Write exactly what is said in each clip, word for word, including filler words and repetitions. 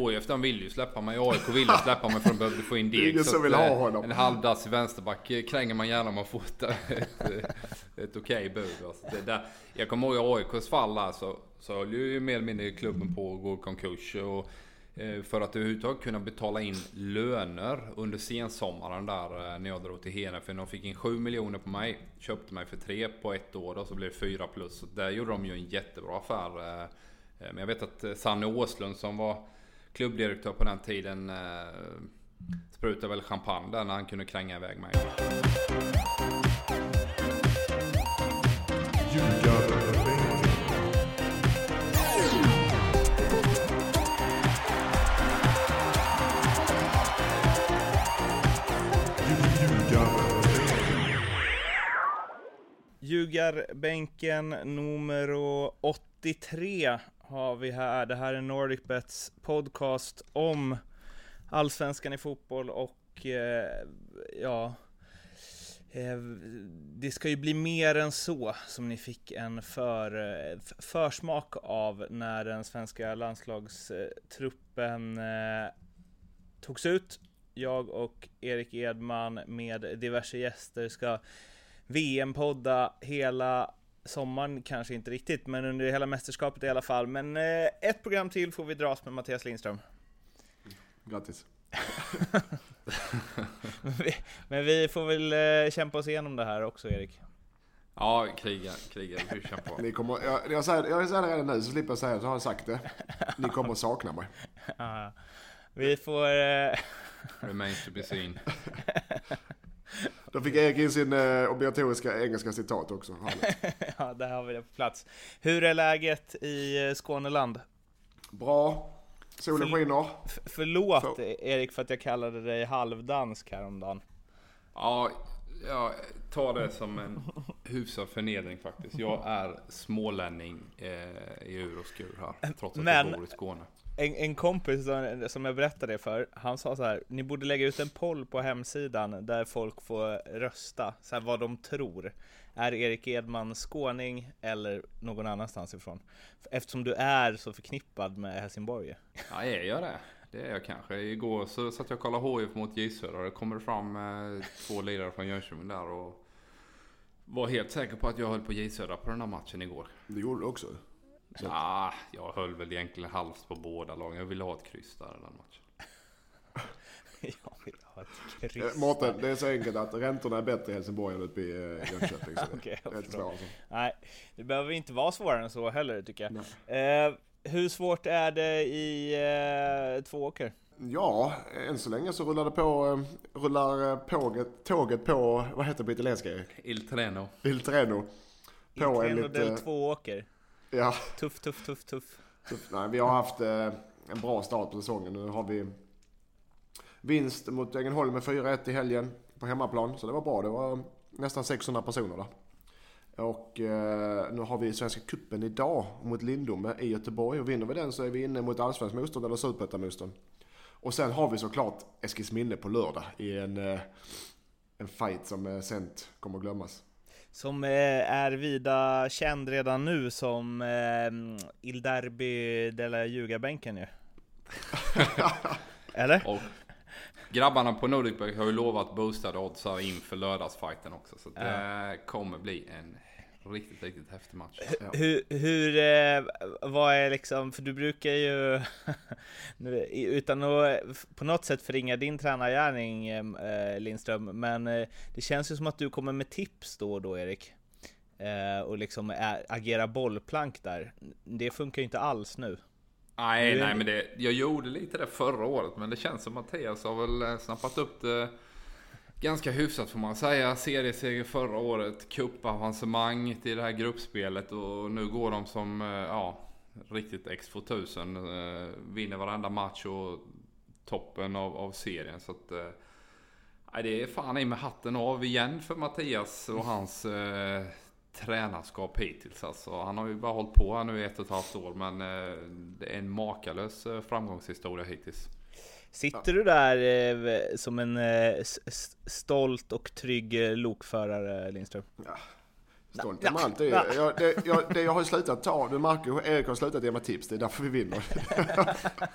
H I F de vill ju släppa mig. A I K vill ju släppa mig för de behövde få in deg. Ingen som vill ha honom. En halvdass i vänsterback kränger man gärna om man får ett, ett, ett okej bud. Alltså det där, jag kommer ihåg i A I K:s fall där, så, så höll ju mer eller mindre klubben på att gå i konkurs. Och för att överhuvudtaget kunna betala in löner under sensommaren där när jag drog till Hene, för de fick in sju miljoner på mig, köpte mig för tre på ett år och så blev det fyra plus. Så där gjorde de ju en jättebra affär. Men jag vet att Sanne Åslund som var klubbdirektör på den tiden sprutade väl champagne där när han kunde kränga iväg mig. Ljugarbänken nummer åttiotre har vi här. Det här är NordicBets podcast om allsvenskan i fotboll och eh, ja, eh, det ska ju bli mer än så som ni fick en för, eh, försmak av när den svenska landslagstruppen eh, togs ut. Jag och Erik Edman med diverse gäster ska V M-podda hela sommaren, kanske inte riktigt, men under hela mästerskapet i alla fall. Men eh, ett program till får vi dras med Mattias Lindström. Grattis. men, vi, men vi får väl eh, kämpa oss igenom det här också, Erik. Ja, kriga, kriga, vi kämpar. Ni kommer, jag, jag, säger, jag säger det redan nu, så slipper jag säga, så har jag sagt det. Ni kommer att sakna mig. Ja, vi får... Eh... Remains to be seen. Då fick Erik in sin eh, obligatoriska engelska citat också. Ja, där har vi det på plats. Hur är läget i Skåneland? Bra. Solen För, skiner. F- förlåt för... Erik för att jag kallade dig halvdansk häromdagen. Ja, jag tar det som en hyfsad förnedring faktiskt. Jag är smålänning eh, i ur och skur här, trots att Men... jag bor i Skåne. En, en kompis som, som jag berättade det för, han sa så här: ni borde lägga ut en poll på hemsidan där folk får rösta så här, vad de tror. Är Erik Edman skåning eller någon annanstans ifrån? Eftersom du är så förknippad med Helsingborg. Ja, är jag det? Det är jag kanske. Igår så satt jag och kollade H I F mot J Södra och det kommer fram eh, två ledare från Jönköping där och var helt säker på att jag höll på J Södra på den här matchen igår. Det gjorde du också? Ja, ah, jag höll väl egentligen halvt på båda lagen. Jag ville ha ett kryss där i den matchen. Jag vill ha ett kryss. Mårten, det är så enkelt att räntorna är bättre i Helsingborg än uppe i Jönköping. Okay, svår, alltså. Nej, det behöver inte vara svårare än så heller, tycker jag. Eh, hur svårt är det i eh, Tvååker? Ja, än så länge så rullar det på, rullar påget, tåget på, vad heter det på italienska, Erik? Il Treno. Il Treno. På Il Treno del Tvååker. Ja. Tuff, tuff, tuff, tuff. tuff. Nej, vi har haft eh, en bra start på säsongen. Nu har vi vinst mot Ängelholm med fyra ett i helgen på hemmaplan. Så det var bra. Det var nästan sexhundra personer där. Och eh, nu har vi Svenska cupen idag mot Lindome i Göteborg. Och vinner vi den så är vi inne mot allsvensk motstånd eller superettamotstånd. Och sen har vi såklart Eskilsminne på lördag i en, eh, en fight som eh, sent kommer att glömmas. Som eh, är vida känd redan nu som eh, Il Derby della Ljugarbänken ju. Eller? Och grabbarna på NordicBet har ju lovat boostade odds inför lördagsfighten också. Så det ja. kommer bli en riktigt, riktigt häftig match. Ja. Hur, hur eh, vad är liksom, för du brukar ju utan att på något sätt förringa din tränargärning eh, Lindström, men eh, det känns ju som att du kommer med tips då och då, Erik. Eh, och liksom är, agera bollplank där. Det funkar ju inte alls nu. Nej, är... nej men det, jag gjorde lite det förra året, men det känns som Mattias har väl snappat upp det ganska hyfsat får man säga. Serieseger förra året, cupavancemang till det här gruppspelet och nu går de som ja, riktigt X tvåtusen, eh, vinner varenda match och toppen av, av serien. Så att eh, det är fan i med hatten av igen för Mattias och hans eh, tränarskap hittills. Alltså, han har ju bara hållit på här nu i ett och ett halvt år, men eh, det är en makalös eh, framgångshistoria hittills. Sitter du där eh, som en eh, s- stolt och trygg eh, lokförare, Lindström? Ja, stolt med allt. Det, jag, det, jag, det jag har slutat ta, du märker hur Erik har slutat ge mig tips, det är därför vi vinner.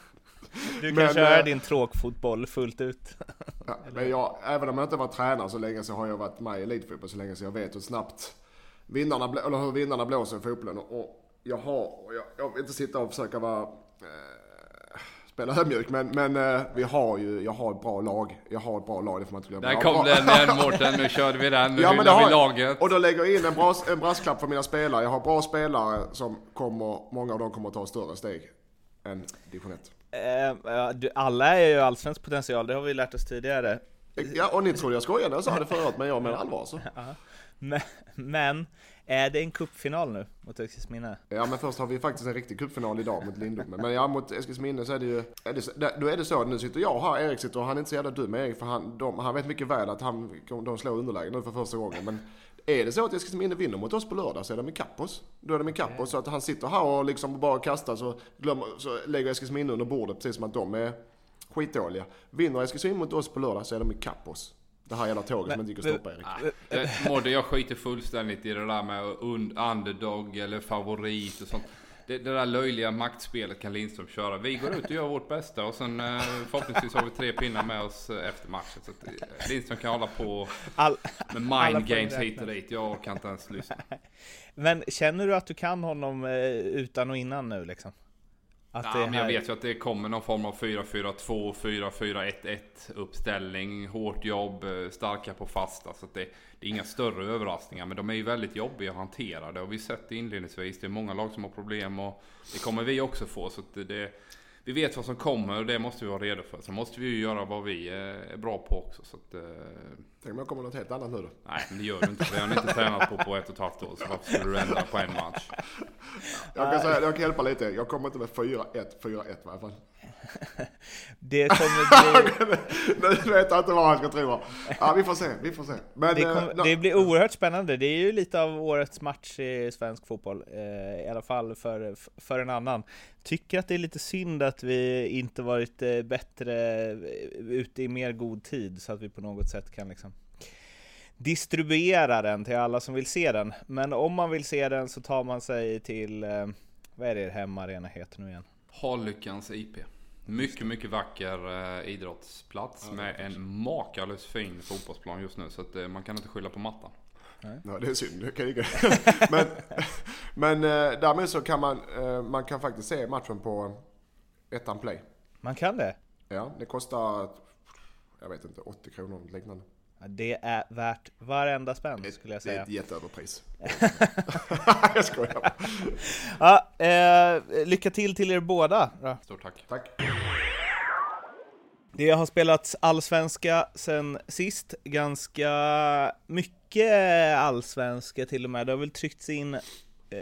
Du kan men, köra äh, din tråkfotboll fullt ut. Ja, men jag, även om jag inte var tränare så länge så har jag varit med i elitfotboll så länge så jag vet hur snabbt vinnarna, blå, eller hur vinnarna blåser i fotbollen. Och jag har, jag, jag vill inte sitta och försöka vara, eh, spela hömjuk, men, men eh, vi har ju, jag har ett bra lag. Jag har ett bra lag, det får man inte glömma. Där kom den igen, Mårten, nu körde vi den, nu ja, hyllar har, vi laget. Och då lägger jag in en, bra, en brasklapp för mina spelare. Jag har bra spelare som kommer, många av dem kommer att ta större steg än division ett. Uh, du, alla är ju allsvensk potential, det har vi lärt oss tidigare. Ja, och ni trodde jag skojade när jag sa det förut, men jag menar allvar så. Uh-huh. men, men är det en cupfinal nu mot Eskilsminne? Ja, men först har vi faktiskt en riktig cupfinal idag mot Lindholmen. Men ja, mot Eskilsminne så är det ju, är det, då är det så att nu sitter jag här, Erik sitter och han är inte så jävla dum med Erik, för han, de, han vet mycket väl att han, de slår underläge nu för första gången. Men är det så att Eskilsminne vinner mot oss på lördag så är de i kapp oss. Då är de i kapp oss, så att han sitter här och liksom bara kastar så, glömmer, så lägger Eskilsminne under bordet precis som att de är skitdåliga. Vinner Eskilsminne mot oss på lördag så är de i kapp oss. Det här jävla tåget som inte gick att stoppa, Erik. Mårten, jag skiter fullständigt i det där med underdog eller favorit och sånt. Det, det där löjliga maktspelet kan Lindström köra. Vi går ut och gör vårt bästa och sen förhoppningsvis har vi tre pinnar med oss efter matchen. Så att Lindström kan hålla på All, med mind games hit och dit. Jag kan inte ens lyssna. Men känner du att du kan honom utan och innan nu liksom? Att ja, det här... men jag vet ju att det kommer någon form av fyra fyra två, fyra fyra ett ett uppställning, hårt jobb, starka på fasta, så att det, det är inga större överraskningar, men de är ju väldigt jobbiga att hantera. Det har vi sett inledningsvis, det är många lag som har problem och det kommer vi också få, så att det, vi vet vad som kommer och det måste vi vara redo för. Så måste vi ju göra vad vi är bra på också, så att... Tänk om jag kommer något helt annat nu då? Nej, men det gör du inte. Det har ni inte tränat på på ett och ett halvt år, så varför skulle du ändra på en match? Jag kan, säga, jag kan hjälpa lite. Jag kommer inte med fyra ett, fyra ett i alla fall. Det kommer bli... Nu vet jag inte vad jag ska tro. Ja, vi får se, vi får se. Men, det, kommer, äh, det blir oerhört spännande. Det är ju lite av årets match i svensk fotboll. Eh, I alla fall för, för en annan. Tycker att det är lite synd att vi inte varit bättre ute i mer god tid, så att vi på något sätt kan liksom distribuera den till alla som vill se den. Men om man vill se den så tar man sig till, eh, vad är det hemmaarena heter nu igen? Harlyckans I P. Mycket, mycket vacker eh, idrottsplats ja, med en makalös fin fotbollsplan just nu, så att eh, man kan inte skylla på mattan. Nej. Ja, det är synd. Det kan jag men men eh, därmed så kan man eh, man kan faktiskt se matchen på ettan play. Man kan det? Ja, det kostar, jag vet inte, åttio kronor eller liknande. Ja, det är värt varenda spänn, skulle jag säga. Det är ett jätteöverpris. Jag skojar. Ja, eh, lycka till till er båda. Ja. Stort tack. Tack. Det har spelats allsvenska sen sist. Ganska mycket allsvenska till och med. Det har väl tryckts in eh,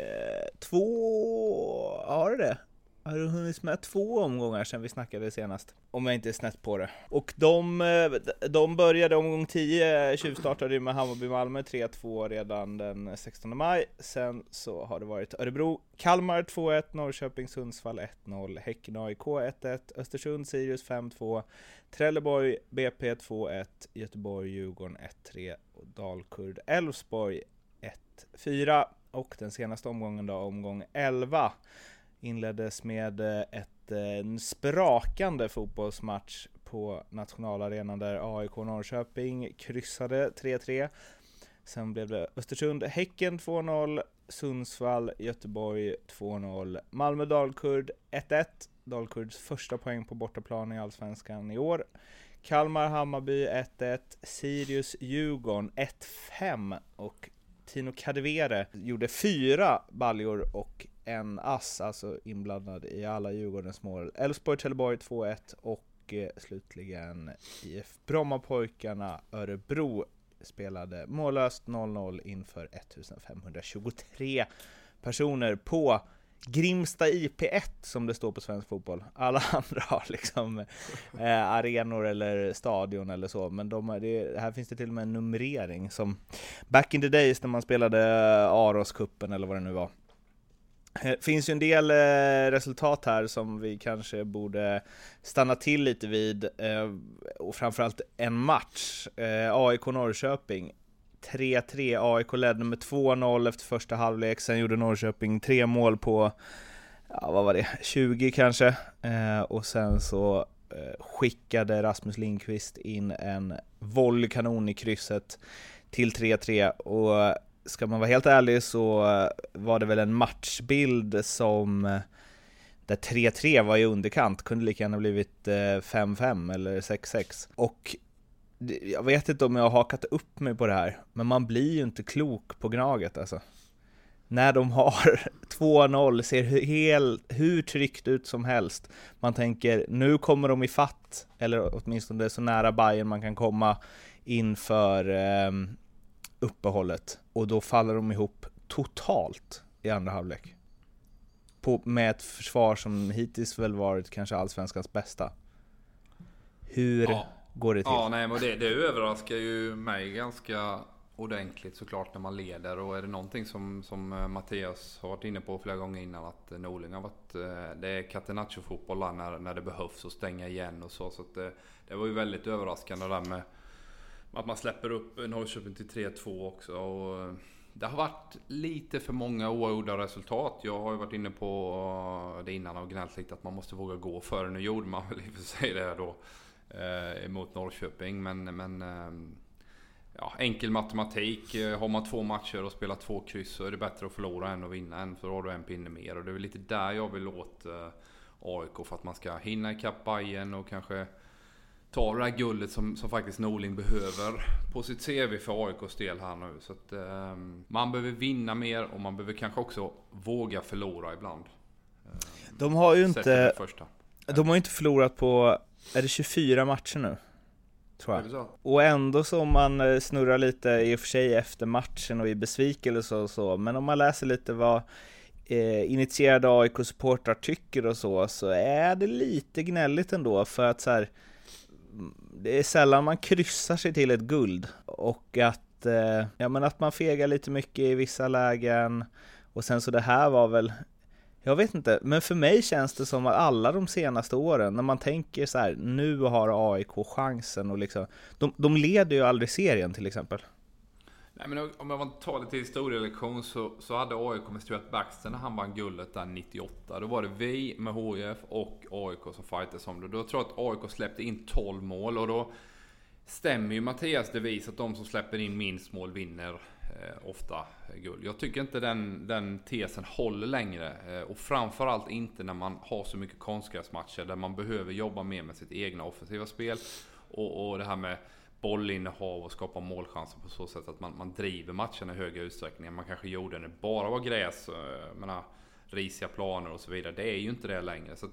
två... Har det? Har du hunnit med två omgångar sedan vi snackade senast? Om jag inte är snett på det. Och de, de började omgång tio, tjuvstartade med Hammarby Malmö tre två redan den sextonde maj. Sen så har det varit Örebro, Kalmar två ett, Norrköping, Sundsvall ett noll, Häcken A I K ett ett, Östersund, Sirius fem två, Trelleborg, B P två ett, Göteborg, Djurgården ett tre och Dalkurd, Elfsborg ett fyra. Och den senaste omgången då, omgång elva, inleddes med ett en sprakande fotbollsmatch på nationalarenan där A I K Norrköping kryssade tre tre. Sen blev det Östersund, Häcken två noll, Sundsvall, Göteborg två noll, Malmö Dalkurd ett ett. Dalkurds första poäng på bortaplan i allsvenskan i år. Kalmar Hammarby ett ett, Sirius Djurgården ett fem och Tino Kadewere gjorde fyra baljor och en ass, alltså inblandad i alla Djurgårdens mål. Elfsborg Trelleborg två ett och eh, slutligen I F Brommapojkarna Örebro spelade mållöst noll noll inför ettusendfemhundratjugotre personer på Grimsta I P ett, som det står på svensk fotboll. Alla andra har liksom eh, arenor eller stadion eller så, men de, det, här finns det till och med en numrering som back in the days när man spelade Aros-kuppen eller vad det nu var. Det finns ju en del eh, resultat här som vi kanske borde stanna till lite vid, eh, och framförallt en match. eh, A I K Norrköping tre tre, A I K ledde med två noll efter första halvlek. Sen gjorde Norrköping tre mål på ja, vad var det, tjugo kanske, eh, och sen så eh, skickade Rasmus Lindqvist in en volleykanon i krysset till tre tre, och ska man vara helt ärlig så var det väl en matchbild som där tre tre var i underkant, kunde lika gärna blivit fem fem eller sex sex. Och jag vet inte om jag har hakat upp mig på det här, men man blir ju inte klok på Gnaget alltså. När de har två noll, ser helt, hur tryckt ut som helst. Man tänker, nu kommer de i fatt, eller åtminstone så nära Bayern man kan komma inför eh, uppehållet. Och då faller de ihop totalt i andra halvlek. På, med ett försvar som hittills väl varit kanske allsvenskans bästa. Hur ja. går det till? Ja, nej, men det, det överraskar ju mig ganska ordentligt såklart när man leder. Och är det någonting som, som Mattias har varit inne på flera gånger innan, att Norling har varit, det är catenaccio-fotboll när, när det behövs och stänga igen och så. Så att det, det var ju väldigt överraskande där med att man släpper upp Norrköping till tre två också. Och det har varit lite för många oavgjorda resultat. Jag har ju varit inne på det innan och gnällt lite att man måste våga gå för det. Nu gjorde man väl i och för sig det då eh, emot Norrköping. Men, men eh, ja, enkel matematik. Har man två matcher och spelar två kryss så är det bättre att förlora än att vinna. Än för har du en pinne mer. Och det är väl lite där jag vill åt eh, A I K, för att man ska hinna ikapp Bayern och kanske ta det här guldet som, som faktiskt Norling behöver på sitt C V för A I K:s del här nu. Så att eh, man behöver vinna mer och man behöver kanske också våga förlora ibland. Eh, de har ju inte de har inte förlorat på, är det tjugofyra matcher nu? Tror jag. Och ändå så man snurrar lite i och för sig efter matchen och i besvikelse och så, men om man läser lite vad eh, initierade A I K-supportrar tycker och så, så är det lite gnälligt ändå, för att så här, det är sällan man kryssar sig till ett guld, och att, eh, ja, men att man fegar lite mycket i vissa lägen. Och sen så det här var väl, jag vet inte, men för mig känns det som att alla de senaste åren, när man tänker så här, nu har A I K chansen och liksom, de, de leder ju aldrig serien till exempel. Nej, men om man tar det till historielektion så, så hade A I K med Stuart Baxter när han vann guldet där nittioåtta. Då var det vi med H I F och A I K som fightades om det. Då tror jag att A I K släppte in tolv mål, och då stämmer ju Mattias devis att de som släpper in minst mål vinner eh, ofta guld. Jag tycker inte den, den tesen håller längre, eh, och framförallt inte när man har så mycket konstgräsmatcher där man behöver jobba mer med sitt egna offensiva spel och, och det här med bollinnehav och skapa målchanser på så sätt att man, man driver matchen i högre utsträckning. Man kanske gjorde när det bara var gräs, menar, risiga planer och så vidare. Det är ju inte det längre. Så att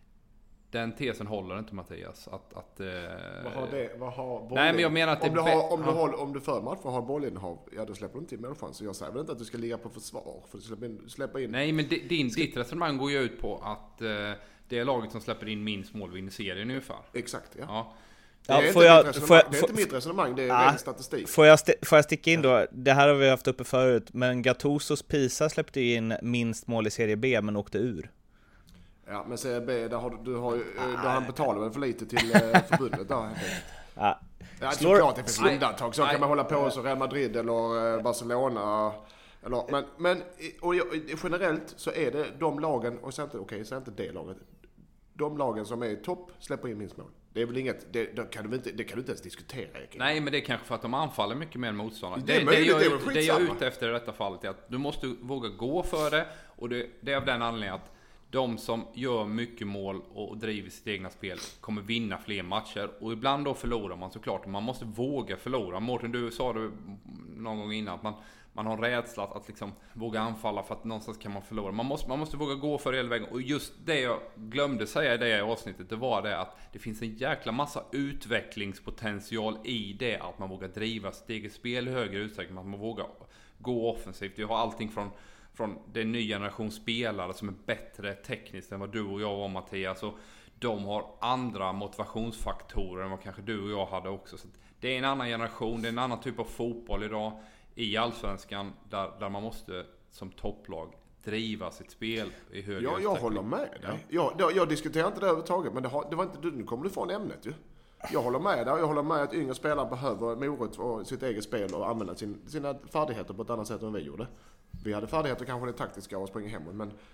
den tesen håller inte, Mattias. Att, att, vad har det? Vad har nej, men jag menar att om, det du har, om, du har, om du för match har bollinnehav, ja, då släpper du inte in målchanser. Jag säger väl inte att du ska ligga på försvar för att släppa in, släppa in. Nej, men din, ditt resonemang går ju ut på att eh, det är laget som släpper in minst mål vinner serien ungefär. Exakt, ja. ja. Det är, ja, inte, jag, mitt det är inte mitt resonemang, det är ja, ren statistik. Får jag, st- får jag sticka in då? Det här har vi haft uppe förut, men Gattusos Pisa släppte in minst mål i Serie B men åkte ur. Ja, men Serie B, där har, du har, där han betalar väl för lite till eh, förbundet där. Ja. Ja, slår, såklart det finns undantag, så nej, kan man hålla på så Real Madrid eller eh, Barcelona. Eller, men men och, och, generellt så är det de lagen, och så inte, okej, så är inte det laget. De lagen som är i topp släpper in minst mål. Det är väl inget, det, det, kan du inte, det kan du inte ens diskutera. Nej, men det är kanske för att de anfaller mycket mer än motståndare. Det, det, det, jag, det, är det jag är ute efter i detta fallet är att du måste våga gå för det. Och det, det är av den anledningen att de som gör mycket mål och driver sitt egna spel kommer vinna fler matcher. Och ibland då förlorar man såklart. Man måste våga förlora. Mårten, du sa det någon gång innan att man, man har rädsla att, att liksom våga anfalla för att någonstans kan man förlora. Man måste, man måste våga gå för hela vägen. Och just det jag glömde säga i det avsnittet, det var det att det finns en jäkla massa utvecklingspotential i det att man vågar driva sitt eget spel i högre utsträckning. Att man vågar gå offensivt. Vi har allting från från den nya generation spelare som är bättre tekniskt än vad du och jag var, Mattias. Och de har andra motivationsfaktorer än vad kanske du och jag hade också. Så det är en annan generation, det är en annan typ av fotboll idag i Allsvenskan där, där man måste som topplag driva sitt spel i högre ja, jag håller med dig. Ja. Jag, jag diskuterar inte det överhuvudtaget, men det, har, det var inte, nu kommer du från ämnet ju. Jag håller med där. Jag håller med att yngre spelare behöver morot och sitt eget spel och använda sin, sina färdigheter på ett annat sätt än vi gjorde. Vi hade färdigheter kanske det taktiska och springa hemåt, men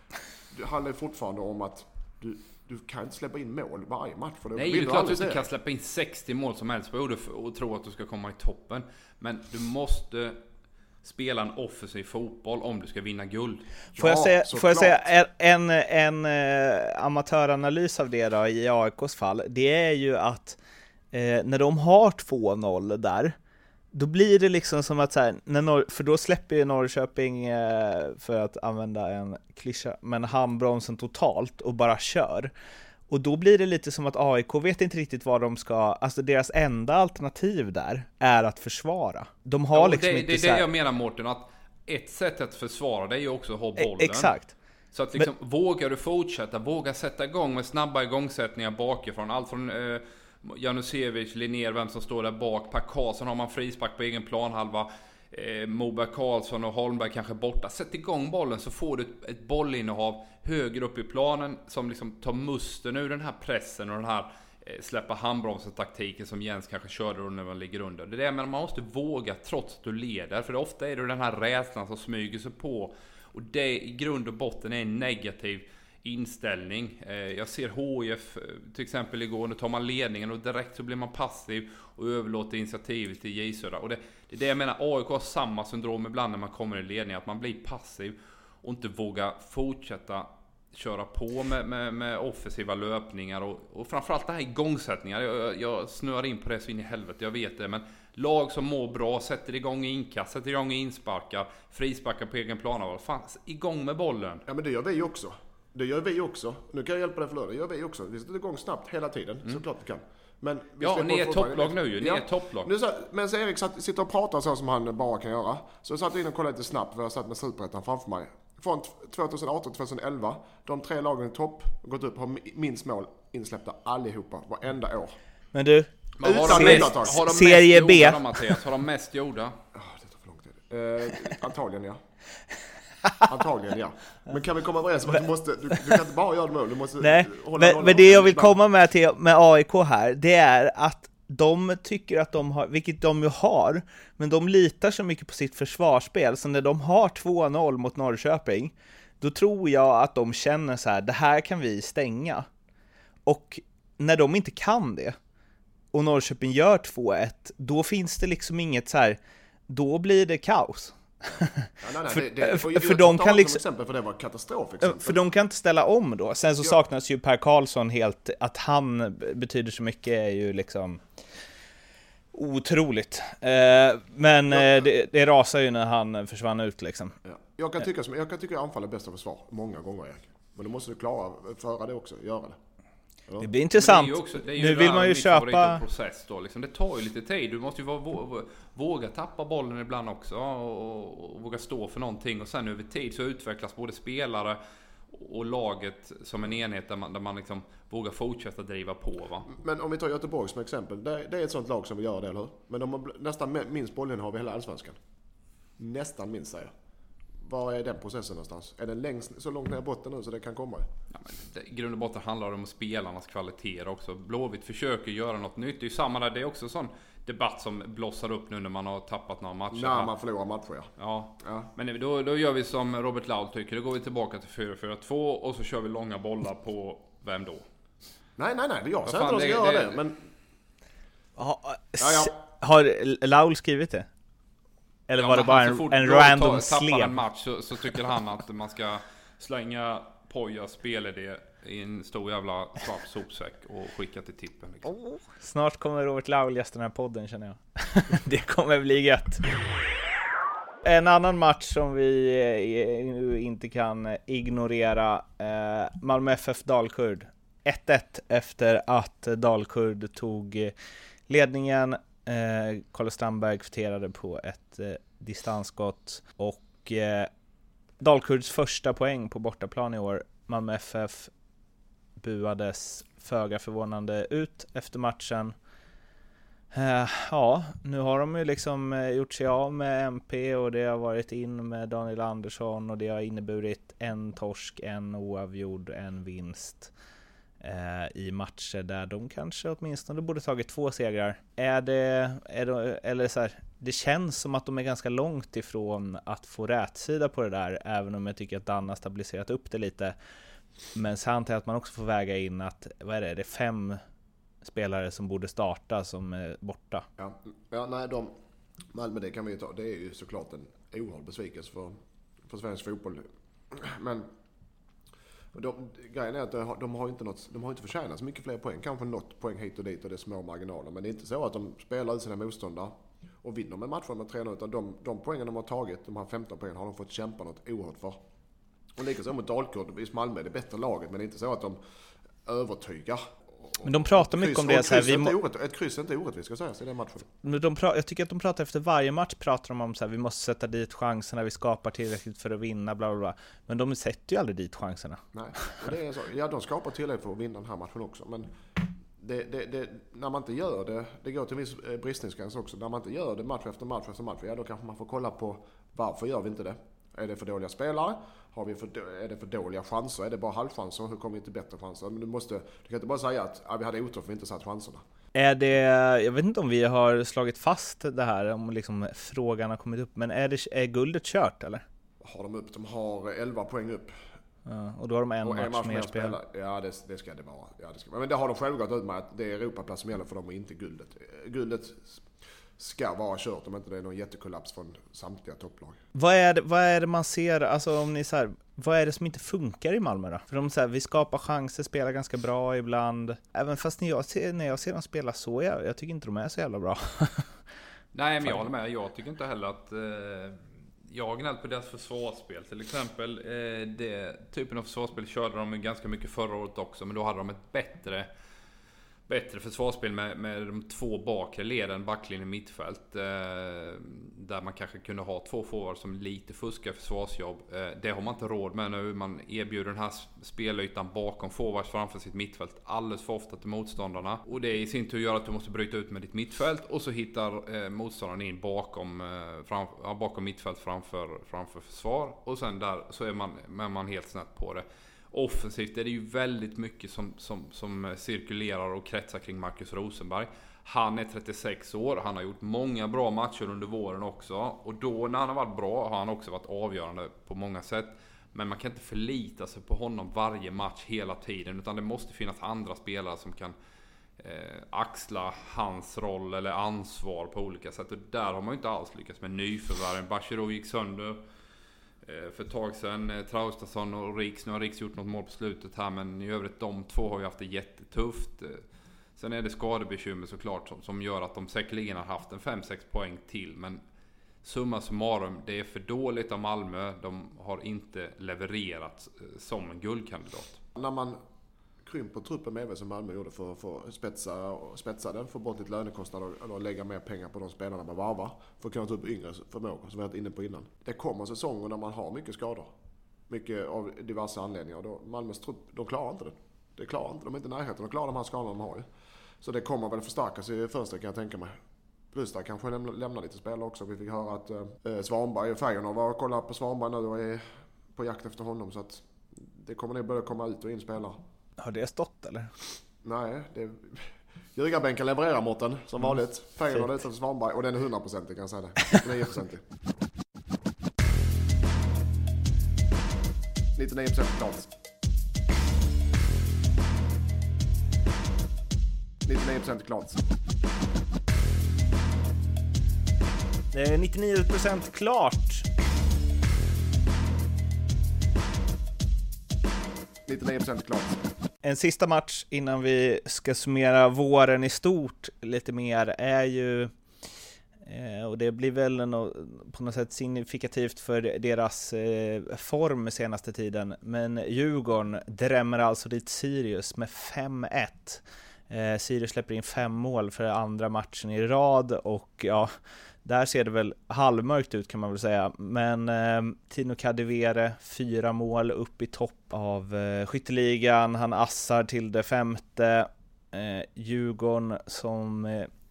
det handlar fortfarande om att du, du kan inte släppa in mål varje match. För det Nej, det är klart att du inte kan släppa in sextio mål som helst och tro att du ska komma i toppen. Men du måste spela en offensiv fotboll om du ska vinna guld. Får jag Ja, säga, får jag säga klart. en, en, en eh, amatöranalys av det då i A I K:s fall? Det är ju att eh, när de har två noll där, då blir det liksom som att så här, när Nor- för då släpper ju Norrköping, eh, för att använda en klyscha, men handbromsen totalt och bara kör. Och då blir det lite som att A I K vet inte riktigt vad de ska, alltså deras enda alternativ där är att försvara. De har Ja, liksom det, inte det är så det här... jag menar, Mårten, att ett sätt att försvara det är ju också att ha bollen. Exakt. Så att liksom, men... vågar du fortsätta, våga sätta igång med snabba igångsättningar bakifrån. Allt från eh, Janusevic, Linnér, vem som står där bak. Per Karlsson har man frispark på egen planhalva. Eh, Moberg Karlsson och Holmberg kanske borta. Sätt igång bollen så får du ett, ett bollinnehav högre upp i planen som liksom tar musten ur den här pressen och den här eh, släppa handbromsen-taktiken som Jens kanske körde då när man ligger under. Det är det, men man måste våga trots att du leder, för det ofta är det den här rädslan som smyger sig på, och det i grund och botten är en negativ inställning. Eh, jag ser H I F till exempel igår, nu tar man ledningen och direkt så blir man passiv och överlåter initiativet till J Södra. Och det, det är det jag menar, A I K har samma syndrom ibland när man kommer i ledning, att man blir passiv och inte vågar fortsätta köra på med, med, med offensiva löpningar och, och framförallt det här igångsättningar. Jag, jag snöar in på det så in i helvete, jag vet det, men lag som mår bra sätter igång inkast, sätter igång insparkar, frisparkar på egen plan. Fan, igång med bollen. Ja, men det gör vi också. Det gör vi också. Nu kan jag hjälpa dig förlora. Det gör vi också. Vi sätter igång snabbt hela tiden. Mm. Såklart vi kan. Men vi ja, ni är topplag nu ju. Ni ja. är topplag. Nu så, men så Erik satt, sitter och pratar så som han bara kan göra. Så jag satt in och kollade lite snabbt, för jag satt med Superettan framför mig. Från tjugoarton till tjugoelva, de tre lagen i topp, gått upp, har minst mål insläppta allihopa, varenda år. Men du, men har, utan de mest, har de serie mest B. Gjorda, Mattias? Har de mest gjorda? Oh, det tar för lång tid. Eh, antagligen, ja. Antagligen, ja. Men kan vi komma överens om att du måste, du, du kan inte bara göra det mål, du måste Nej, hålla men, hålla men det jag vill komma med till med A I K här, det är att de tycker att de har, vilket de ju har, men de litar så mycket på sitt försvarsspel, så när de har två noll mot Norrköping, då tror jag att de känner så här: det här kan vi stänga. Och när de inte kan det och Norrköping gör två ett, då finns det liksom inget så här, då blir det kaos. Ja, nej, nej, för, det, det, för, för de kan liksom, exempel, för det var katastrof exempel. För de kan inte ställa om då. Sen så ja. saknas ju Per Karlsson helt, att han betyder så mycket är ju liksom otroligt. Eh, men ja. eh, det, det rasar ju när han försvann ut liksom. Ja. Jag kan tycka som jag kan tycka anfall är bästa försvar många gånger, Erik. Men då måste du klara föra det också, göra det. Ja. Det blir intressant. Det är ju också, det är ju nu vill man ju köpa process då, liksom. Det tar ju lite tid. Du måste ju våga, våga tappa bollen ibland också och, och våga stå för någonting, och sen över tid så utvecklas både spelare och laget som en enhet där man, där man liksom vågar fortsätta driva på, va? Men om vi tar Göteborg som exempel, det, det är ett sånt lag som vill göra det, eller hur? Men de har nästan minst bollinnehav i hela allsvenskan. Nästan minst, säger jag. Var är den processen någonstans? Är den längst, så långt ner i botten nu så det kan komma? Ja, men det, i grund och botten handlar det om spelarnas kvaliteter också. Blåvitt försöker göra något nytt. Det är ju samma där, det är också sån debatt som blossar upp nu när man har tappat några matcher. När man förlorar matcher, ja. Ja, ja. Men då, då gör vi som Robert Laul tycker. Då går vi tillbaka till fyra fyra två och så kör vi långa bollar på vem då? Nej, nej, nej. Jag säger inte att de ska göra det, det, men... Ha, ja, ja. Har Laul skrivit det? Eller ja, var det bara en, en random slev? En match så, så tycker han att man ska slänga Pojas spelidé i en stor jävla svart sopsäck och skicka till tippen. Liksom. Oh, snart kommer Robert Laul gästa den här podden, känner jag. Det kommer bli gött. En annan match som vi inte kan ignorera. Eh, Malmö F F Dalkurd. ett ett efter att Dalkurd tog ledningen. Eh, Carlos Strandberg kvitterade på ett eh, distansskott och eh, Dalkurds första poäng på bortaplan i år. Malmö F F buades föga förvånande ut efter matchen. Eh, ja, nu har de ju liksom eh, gjort sig av med M P och det har varit in med Daniel Andersson och det har inneburit en torsk, en oavgjord, en vinst. eh, i matcher där de kanske åtminstone borde tagit två segrar. Är det, är det, eller så här, det känns som att de är ganska långt ifrån att få rätsida på det där, även om jag tycker att Dan har stabiliserat upp det lite. Men samtidigt att man också får väga in att, vad är det, det är fem spelare som borde starta som är borta. Ja, ja nej, de, Malmö, det kan vi ju ta. Det är ju såklart en oerhörd besvikelse för, för svensk fotboll. Men de, grejen är att de, de har inte något, de har inte förtjänat så mycket fler poäng. Kanske något poäng hit och dit och det är små marginaler. Men det är inte så att de spelar ut sina motståndare och vinner med matchen med tre noll. Utan de, de poängen de har tagit, de här femton poängen, har de fått kämpa något oerhört för. Och likaså mot Dalkurd, i Malmö är det bättre laget, men det är inte så att de övertygar. Men de pratar mycket om det så här, vi må... orätt, ett kryss är inte orättvist, ska sägas, i den matchen. Men de pra... jag tycker att de pratar efter varje match, pratar de om så här, vi måste sätta dit chanserna, vi skapar tillräckligt för att vinna, bla bla bla. Men de sätter ju aldrig dit chanserna. Nej, det är så. Ja, de skapar tillräckligt för att vinna den här matchen också, men det, det, det, när man inte gör det, det går till en viss bristningsgräns också, när man inte gör det match efter match efter match, ja då kanske man får kolla på varför gör vi inte det? Är det för dåliga spelare? Har vi för, är det för dåliga chanser? Är det bara halvchanser? Hur kommer vi till bättre chanser? Men du, måste, du kan inte bara säga att ja, vi hade otur för vi inte satt chanserna. Är det, jag vet inte om vi har slagit fast det här, om liksom frågan har kommit upp, men är, det, är guldet kört eller? Har de upp? De har elva poäng upp. Ja, och då har de en, match, en match mer spel. Ja, det, det ska det vara. Ja, det ska. Men det har de själva gått ut med att det är Europaplats som gäller för dem och inte guldet. Guldet ska vara kört om inte det är någon jättekollaps från samtliga topplag. Vad är det, vad är det man ser, alltså om ni så här, vad är det som inte funkar i Malmö då? För de så här, vi skapar chanser, spelar ganska bra ibland. Även fast när jag ser, när jag ser dem spela så, jag, jag tycker inte de är så jävla bra. Nej, men jag håller med. Jag tycker inte heller att... Eh, jag har gnällt på deras försvarsspel till exempel. Eh, det typen av försvarsspel körde de ganska mycket förra året också, men då hade de ett bättre... Bättre försvarsspel med, med de två bakre leden, backlinjen i mittfält. Eh, där man kanske kunde ha två forwards som lite fuskar försvarsjobb. Eh, det har man inte råd med nu. Man erbjuder den här spelytan bakom forwards framför sitt mittfält alldeles för ofta till motståndarna. Och det i sin tur gör att du måste bryta ut med ditt mittfält. Och så hittar eh, motståndaren in bakom, eh, fram, ja, bakom mittfält framför, framför försvar. Och sen där så är man, är man helt snett på det. Offensivt är det ju väldigt mycket som, som, som cirkulerar och kretsar kring Marcus Rosenberg. Han är trettiosex år, han har gjort många bra matcher under våren också. Och då när han har varit bra har han också varit avgörande på många sätt. Men man kan inte förlita sig på honom varje match hela tiden. Utan det måste finnas andra spelare som kan eh, axla hans roll eller ansvar på olika sätt. Och där har man ju inte alls lyckats med nyförvärven. Bachirou gick sönder för ett tag sedan. Traustason och Riks. Nu har Riks gjort något mål på slutet här, men i övrigt de två har ju haft det jättetufft. Sen är det skadebekymmer såklart som, som gör att de säkerligen har haft en fem sex poäng till. Men summa summarum, det är för dåligt av Malmö. De har inte levererat som en guldkandidat. När man krymper truppen med som Malmö gjorde för att få spetsa, spetsa den, få bort lite lönekostnader eller lägga mer pengar på de spelarna man varvar för att kunna ta upp yngre förmågor som vi har varit inne på innan. Det kommer säsonger när man har mycket skador. Mycket av diverse anledningar. Då Malmös trupp, de klarar inte det. Det klarar inte, de är inte i närheten. De klarar de här skadorna de har ju. Så det kommer väl förstärkas i fönstret kan jag tänka mig. Plus där kanske lämna, lämna lite spelare också. Vi fick höra att eh, Svanberg och Färjorna var och kollade på Svanberg nu och är på jakt efter honom. Så att det kommer nog börja komma ut och in spelare. Har det stått eller? Nej, det... Ljugarbänken levererar Mårten, som mm. vanligt. Färjorna utan Svanberg och den är hundra procent kan jag säga det. nittionio procent. nittionio procent klart. nittionio procent klart. Det är nittionio procent klart. nittionio procent klart. En sista match innan vi ska summera våren i stort lite mer är ju, eh, och det blir väl no, på något sätt signifikativt för deras eh, form senaste tiden, men Djurgården drämmer alltså dit Sirius med fem ett. Eh, Sirius släpper in fem mål för andra matchen i rad och ja, där ser det väl halvmörkt ut kan man väl säga. Men eh, Tino Kadewere, fyra mål upp i topp av eh, skytteligan. Han assar till det femte. Eh, Djurgården som, eh,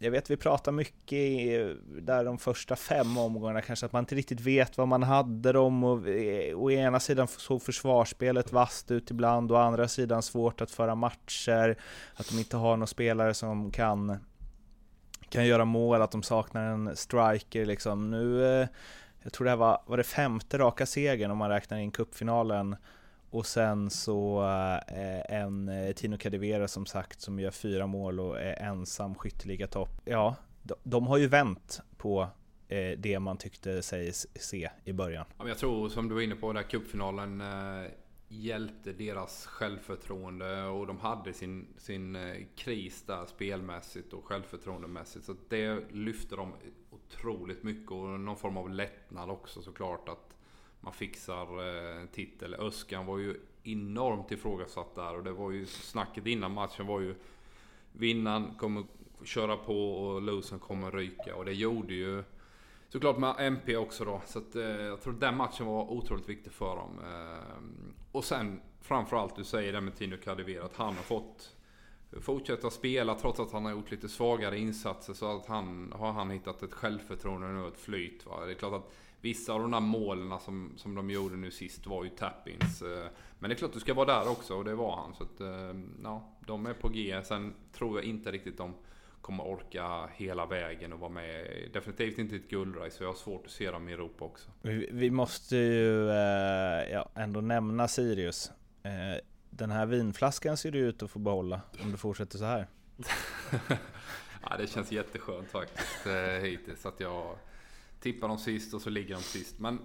jag vet vi pratar mycket i, där de första fem omgångarna kanske att man inte riktigt vet vad man hade dem och å ena sidan såg försvarsspelet vasst ut ibland och å andra sidan svårt att föra matcher, att de inte har några spelare som kan kan göra mål, att de saknar en striker liksom. Nu, jag tror det här var, var det femte raka segern om man räknar in cupfinalen. Och sen så eh, en eh, Tino Kadewere som sagt som gör fyra mål och är ensam skytteliga topp. Ja, de, de har ju vänt på eh, det man tyckte sig se i början. Ja, men jag tror som du var inne på, den här cupfinalen eh, hjälpte deras självförtroende och de hade sin, sin eh, kris där spelmässigt och självförtroendemässigt. Så det lyfte dem otroligt mycket och någon form av lättnad också såklart att man fixar en titel. Öskan var ju enormt ifrågasatt där och det var ju snacket innan matchen var ju vinnaren kommer köra på och losen kommer ryka och det gjorde ju såklart med M P också då. Så att, eh, jag tror den matchen var otroligt viktig för dem. Eh, och sen framförallt du säger det med Tino Kadewere att han har fått fortsätta spela trots att han har gjort lite svagare insatser så att han har han hittat ett självförtroende nu, ett flyt. Va? Det är klart att vissa av de där målen som, som de gjorde nu sist var ju tap-ins. Men det är klart du ska vara där också och det var han. Så att, ja, de är på G. Sen tror jag inte riktigt de kommer orka hela vägen och vara med. Definitivt inte ett guldrace så jag har svårt att se dem i Europa också. Vi, vi måste ju eh, ja, ändå nämna Sirius. Eh, den här vinflaskan ser du ut att få behålla om du fortsätter så här. Ja, det känns jätteskönt faktiskt eh, hittills så att jag tippar dem sist och så ligger de sist. Men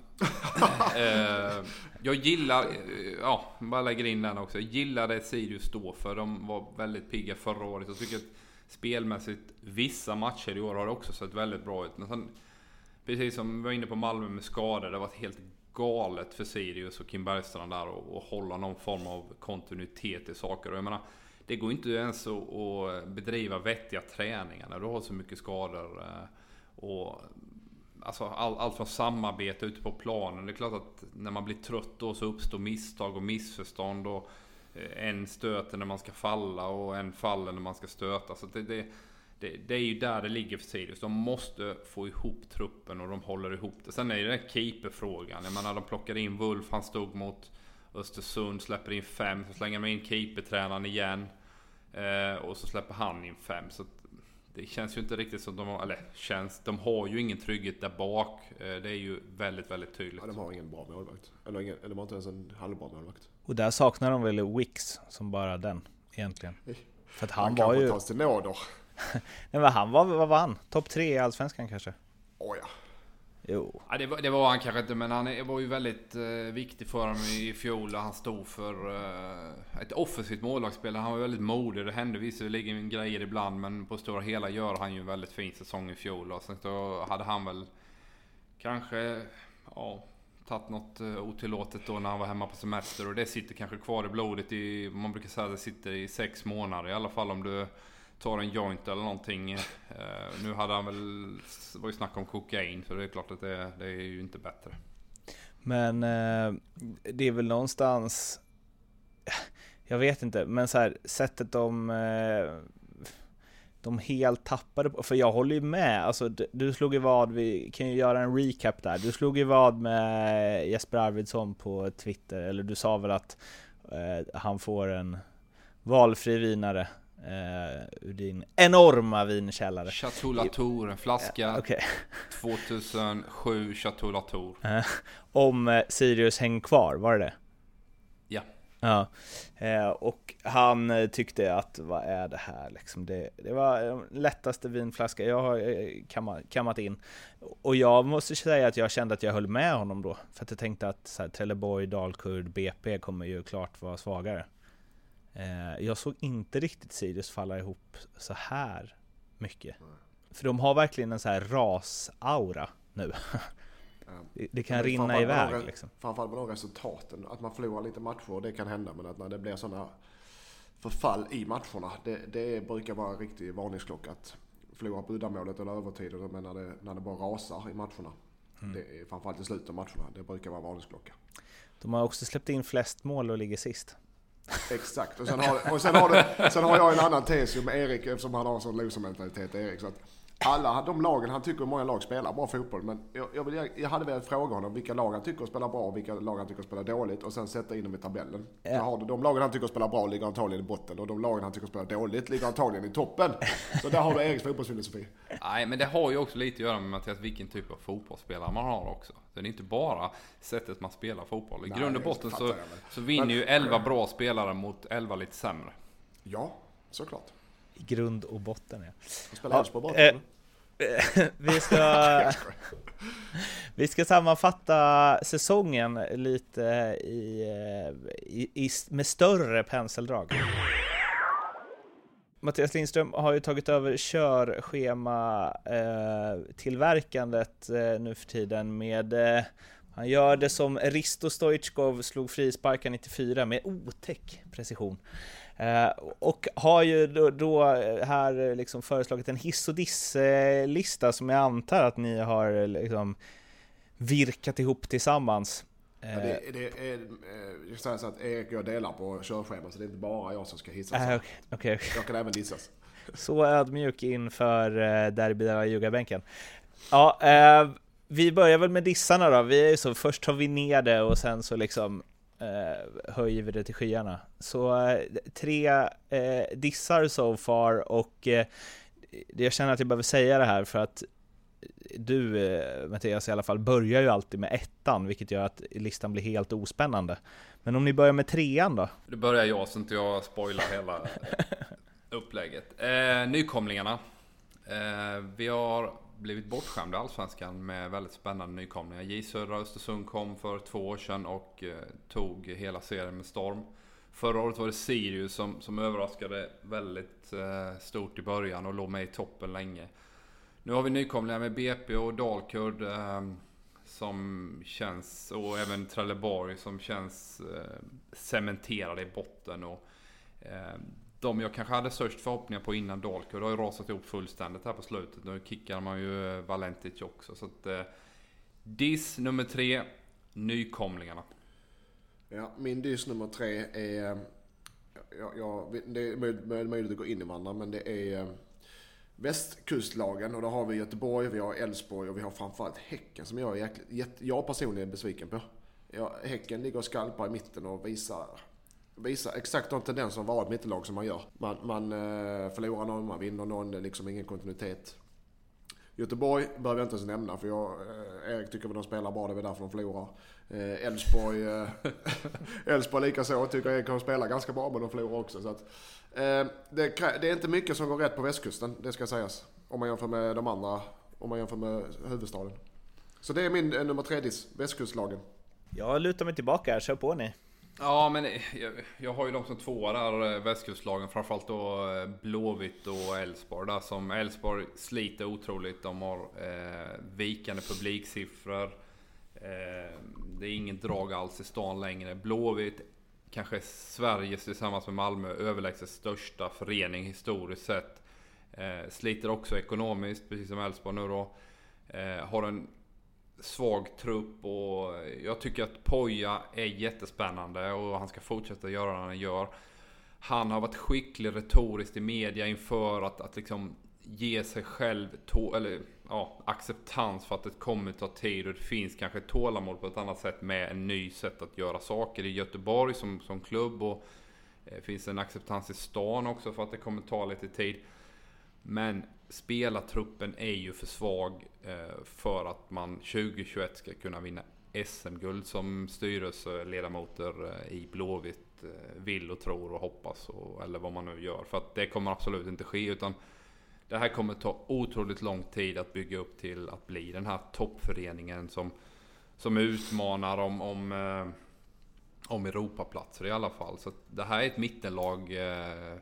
eh, jag gillar, ja, bara lägger in den också. Jag gillar det Sirius står för. De var väldigt pigga förra året. Jag tycker att spelmässigt vissa matcher i år har det också sett väldigt bra ut. Men sen, precis som vi var inne på Malmö med skador, det har varit helt galet för Sirius och Kim Bergstrand där och, och hålla någon form av kontinuitet i saker. Och jag menar, det går inte ens att, att bedriva vettiga träningar när du har så mycket skador och alltså all, allt från samarbete ute på planen. Det är klart att när man blir trött då så uppstår misstag och missförstånd och en stöter när man ska falla och en faller när man ska stöta. Så det, det, det, det är ju där det ligger för Sirius. De måste få ihop truppen och de håller ihop det. Sen är det den keeperfrågan. Jag menar, de plockar in Wolf, han stod mot Östersund, släpper in fem, så slänger man in keepertränaren igen eh, och så släpper han in fem. Så det känns ju inte riktigt som de har, eller känns, de har ju ingen trygghet där bak. Det är ju väldigt, väldigt tydligt. Ja, de har ingen bra målvakt. Eller, ingen, eller de har inte ens en halvbra målvakt. Och där saknar de väl Wicks som bara den, egentligen. För att han, han var kan ju... få tas till nåder. Nej, men han var, vad var han? Topp tre i Allsvenskan kanske? Åh oh, ja. Jo. Ja, det, var, det var han kanske inte, men han var ju väldigt eh, viktig för dem i fjol. Han stod för eh, ett offensivt målvaktsspel. Han var väldigt modig. Det hände visserligen grejer ibland, men på stora hela gör han ju en väldigt fin säsong i fjol. Och sen då hade han väl kanske ja, tagit något eh, otillåtet då när han var hemma på semester. Och det sitter kanske kvar i blodet i, man brukar säga att det sitter i sex månader. I alla fall om du tar en joint eller någonting. Uh, nu hade han väl, det var ju snack om kokain, så det är klart att det, det är ju inte bättre. Men uh, det är väl någonstans, jag vet inte, men så här, sättet de uh, de helt tappade på, för jag håller ju med, alltså du, du slog i vad, vi kan ju göra en recap där, du slog i vad med Jesper Arvidsson på Twitter, eller du sa väl att uh, han får en valfri vinare Uh, ur din enorma vinkällare. Chateau Latour, en flaska. Uh, okay. tjugohundrasju Chateau Latour. Uh, om uh, Sirius hänger kvar, var det det? Ja. Ja. Uh, och han uh, tyckte att, vad är det här liksom? Det, det var den lättaste vinflaska jag har uh, kammat, kammat in. Och jag måste säga att jag kände att jag höll med honom då. För att jag tänkte att så här, Trelleborg, Dalkurd, B P kommer ju klart vara svagare. Jag såg inte riktigt Sirius falla ihop så här mycket. Nej. För de har verkligen en så här ras-aura nu. Ja. det, det kan rinna iväg. Några, liksom. Framförallt med de resultaten. Att man förlorar lite matcher, det kan hända. Men att när det blir sådana förfall i matcherna, det, det brukar vara en riktig varningsklocka. Att förlora på uddamålet eller övertid. Men när det, när det bara rasar i matcherna. Mm. Det är framförallt i slutet av matcherna. Det brukar vara en varningsklocka. De har också släppt in flest mål och ligger sist. Exakt. Och sen har, och sen har, det, sen har jag en annan tes med Erik, eftersom han har en sån losermentalitet, Erik. Så att alla de lagen, han tycker många lag spelar bra fotboll, men jag, jag, vill, jag hade velat fråga honom vilka lag han tycker spelar bra och vilka lag han tycker spelar dåligt och sen sätta in dem i tabellen. Ja. Så har du, de lagen han tycker spelar bra ligger antagligen i botten och de lagen han tycker spelar dåligt ligger antagligen i toppen. Så där har du Eriks fotbollsfilosofi. Nej, men det har ju också lite att göra med Mattias, vilken typ av fotbollsspelare man har också. Det är inte bara sättet man spelar fotboll. I Nej, grund och botten så, så vinner men, ju elva bra spelare mot elva lite sämre. Ja, såklart. I grund och botten, ja. Spelar ja, på botten, eh, vi ska vi ska sammanfatta säsongen lite i, i, i med större penseldrag. Mattias Lindström har ju tagit över körschema eh, tillverkandet eh, nu för tiden med eh, han gör det som Risto Stoichkov slog frisparkar nittiofyra med otäck precision. Uh, och har ju då, då här liksom föreslagit en hiss- och diss-lista som jag antar att ni har liksom virkat ihop tillsammans. Uh, ja, det, det är, jag säger så att Erik och jag delar på körschema, så det är inte bara jag som ska hissas. Uh, okay, okay. Jag kan även dissas. Så ödmjuk inför uh, derby där i Ljugarbänken. Ja, uh, vi börjar väl med dissarna då. Vi är så, först tar vi ner det och sen så liksom Uh, höjer vi det till skyarna. Så uh, tre uh, dissar so far och uh, jag känner att jag behöver säga det här för att du, uh, Mattias, i alla fall börjar ju alltid med ettan, vilket gör att listan blir helt ospännande. Men om ni börjar med trean då? Det börjar jag så inte jag spoilar hela upplägget. Uh, nykomlingarna. Uh, vi har blivit bortskämda i Allsvenskan med väldigt spännande nykomlingar. J Södra Östersund kom för två år sedan och eh, tog hela serien med storm. Förra året var det Sirius som, som överraskade väldigt eh, stort i början och låg med i toppen länge. Nu har vi nykomlingar med B P och Dalkurd eh, som känns, och även Trelleborg som känns eh, cementerade i botten. Och eh, de jag kanske hade störst förhoppningar på innan Dalkurd har ju rasat ihop fullständigt här på slutet. Nu kickar man ju Valentic också. Så att eh, diss nummer tre, nykomlingarna. Ja, min diss nummer tre är, ja, ja, det är möjligt att gå in i varandra, men det är västkustlagen. Och då har vi Göteborg, vi har Elfsborg och vi har framförallt Häcken som jag är jäkligt, jag personligen är besviken på. Ja, Häcken ligger och skalpar i mitten och visar Visa exakt de tendenser som varit mittellag som man gör. Man, man eh, förlorar någon, man vinner någon, det är liksom ingen kontinuitet. Göteborg behöver jag inte ens nämna för jag, eh, Erik tycker att de spelar bra, det är därför de förlorar. Eh, Elfsborg, eh, Elfsborg lika så, tycker Erik kan spela ganska bra men de förlorar också. Så att, eh, det, det är inte mycket som går rätt på västkusten, det ska sägas. Om man jämför med de andra, om man jämför med huvudstaden. Så det är min eh, nummer tre diss, västkustlagen. Jag lutar mig tillbaka här, kör på ni. Ja, men jag, jag har ju de som två där, västkustlagen, framförallt då Blåvitt och Elfsborg där, som Elfsborg sliter otroligt. De har eh, vikande publiksiffror. Eh, det är ingen drag alls i stan längre. Blåvitt, kanske Sveriges tillsammans med Malmö överlägset största förening historiskt sett. Eh, sliter också ekonomiskt, precis som Elfsborg nu då. Eh, har en svag trupp och jag tycker att Poja är jättespännande och han ska fortsätta göra vad han gör. Han har varit skicklig retoriskt i media inför att, att liksom ge sig själv to- eller, ja, acceptans för att det kommer ta tid och det finns kanske tålamod på ett annat sätt med en ny sätt att göra saker i Göteborg som, som klubb, och det finns en acceptans i stan också för att det kommer ta lite tid. Men spelartruppen är ju för svag eh, för att man tjugohundratjugoett ska kunna vinna S M-guld som styrelseledamoter eh, i Blåvitt eh, vill och tror och hoppas och, eller vad man nu gör. För att det kommer absolut inte ske, utan det här kommer ta otroligt lång tid att bygga upp till att bli den här toppföreningen som, som utmanar om, om, eh, om Europaplatser i alla fall. Så det här är ett mittenlag eh,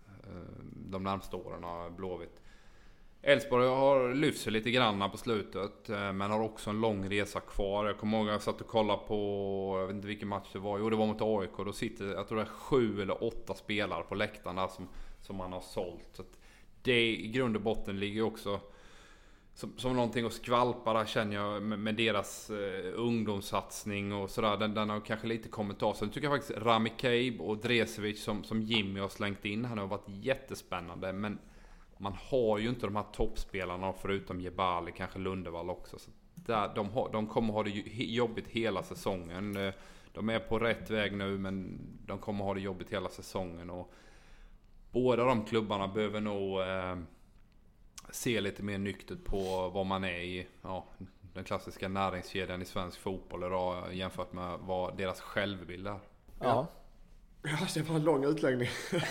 de närmaste åren, Blåvitt. Elfsborg har lyft sig lite grann på slutet, men har också en lång resa kvar. Jag kommer ihåg att jag satt och kollade på, jag vet inte vilken match det var, jo det var mot A I K. Då sitter, jag tror det är sju eller åtta spelare på läktarna som, som man har sålt. Så att det i grund och botten ligger också som, som någonting att skvalpa där, känner jag, med, med deras eh, ungdomssatsning och sådär. Den, den har kanske lite kommit av. Sen tycker jag faktiskt Rami Kabe och Dresevic som, som Jimmy har slängt in, han har varit jättespännande. Men man har ju inte de här toppspelarna förutom Jebali, kanske Lundevall också. Så där, de, har, de kommer ha det jobbigt hela säsongen. De är på rätt väg nu, men de kommer ha det jobbigt hela säsongen. Och båda de klubbarna behöver nog eh, se lite mer nyktert på vad man är i, ja, den klassiska näringskedjan i svensk fotboll idag, jämfört med vad deras självbild är. Ja. Ja, det var en lång utläggning.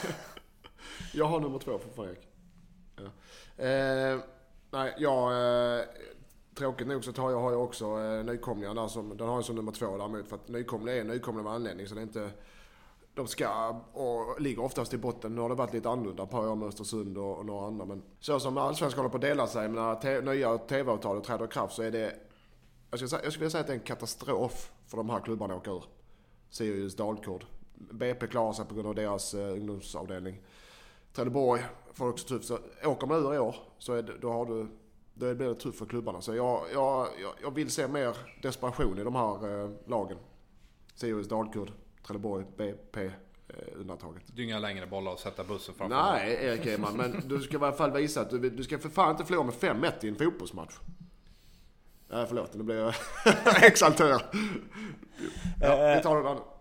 Jag har nummer två för Fredrik. Ja. Eh, nej, jag... Eh, tråkigt nog så tar jag, har jag också eh, nykomlingar där som, den har jag som nummer två däremot, för att nykomlingar är nykomlingar med anledning, så det är inte, de ska och ligger oftast i botten. Nu har det varit lite annorlunda på år med Östersund och, och några andra, men så som Allsvenskan håller på att dela sig, när te, nya tv-avtalet träder i kraft, så är det, jag skulle, jag skulle säga att det är en katastrof för de här klubbarna åker ur. Sirius, Dalkurd, B P klarar sig på grund av deras eh, ungdomsavdelning. Trelleborg får också tufft, så åker man ur i år så är det, då har du då blir det tufft för klubbarna. Så jag, jag, jag vill se mer desperation i de här eh, lagen. Sirius, Dalkurd, Trelleborg, B P eh, undantaget. Du är inga längre bollar att sätta bussen framför. Nej, Erik Eman, men du ska i alla fall visa att du, du ska för fan inte förlora med fem ett i en fotbollsmatch. Nej, förlåt, nu blir jag exalterad. Ja, vi tar det där.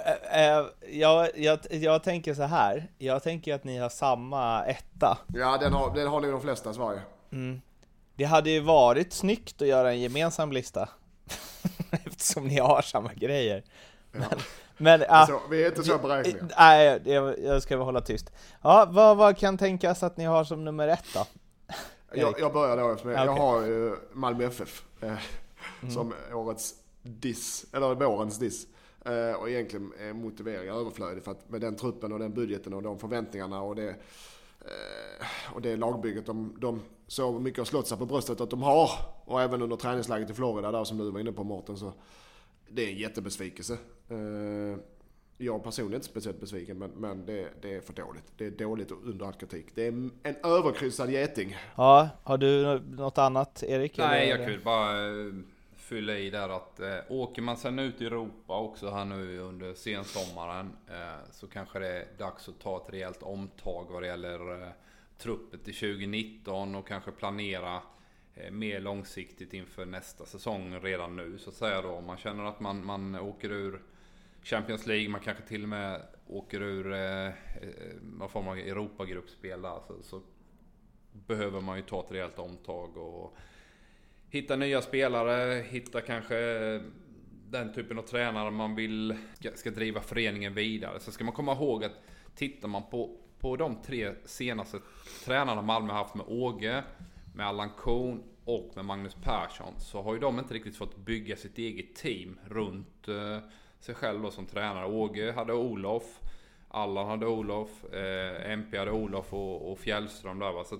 Jag, jag, jag tänker så här. Jag tänker att ni har samma etta. Ja, den har, den har nog de flesta i Sverige. Mm. Det hade ju varit snyggt att göra en gemensam lista. Eftersom ni har samma grejer. Ja. Men, men ja, så, vi är inte så beräkningar. Nej, jag, jag ska hålla tyst. Ja, vad, vad kan tänkas att ni har som nummer ett då? Jag, jag börjar då. Eftersom jag, okay. jag har uh, Malmö F F eh, mm. som årets diss, eller vårens diss. Uh, och egentligen är motiveringen överflödig, för att med den truppen och den budgeten och de förväntningarna och det, uh, och det lagbygget de, de så mycket har slått sig på bröstet att de har, och även under träningsläget i Florida där som du var inne på, Mårten, så det är en jättebesvikelse. Uh, jag personligen är inte speciellt besviken, men, men det, det är för dåligt. Det är dåligt och under all kritik. Det är en överkryssad geting. Ja, har du något annat, Erik? Nej, jag vill bara fylla i där att eh, åker man sen ut i Europa också här nu under sensommaren, eh, så kanske det är dags att ta ett rejält omtag vad det gäller eh, truppet till tjugo nitton och kanske planera eh, mer långsiktigt inför nästa säsong redan nu, så att säga då. Om man känner att man, man åker ur Champions League, man kanske till och med åker ur eh, vad form av Europagruppspel där, så, så behöver man ju ta ett rejält omtag och hitta nya spelare, hitta kanske den typen av tränare man vill ska, ska driva föreningen vidare. Så ska man komma ihåg att tittar man på, på de tre senaste tränarna Malmö haft med Åge, med Allan Kohn och med Magnus Persson, så har ju de inte riktigt fått bygga sitt eget team runt eh, sig själv då som tränare. Åge hade Olof, Allan hade Olof, eh, M P hade Olof och, och Fjällström där, va? Så att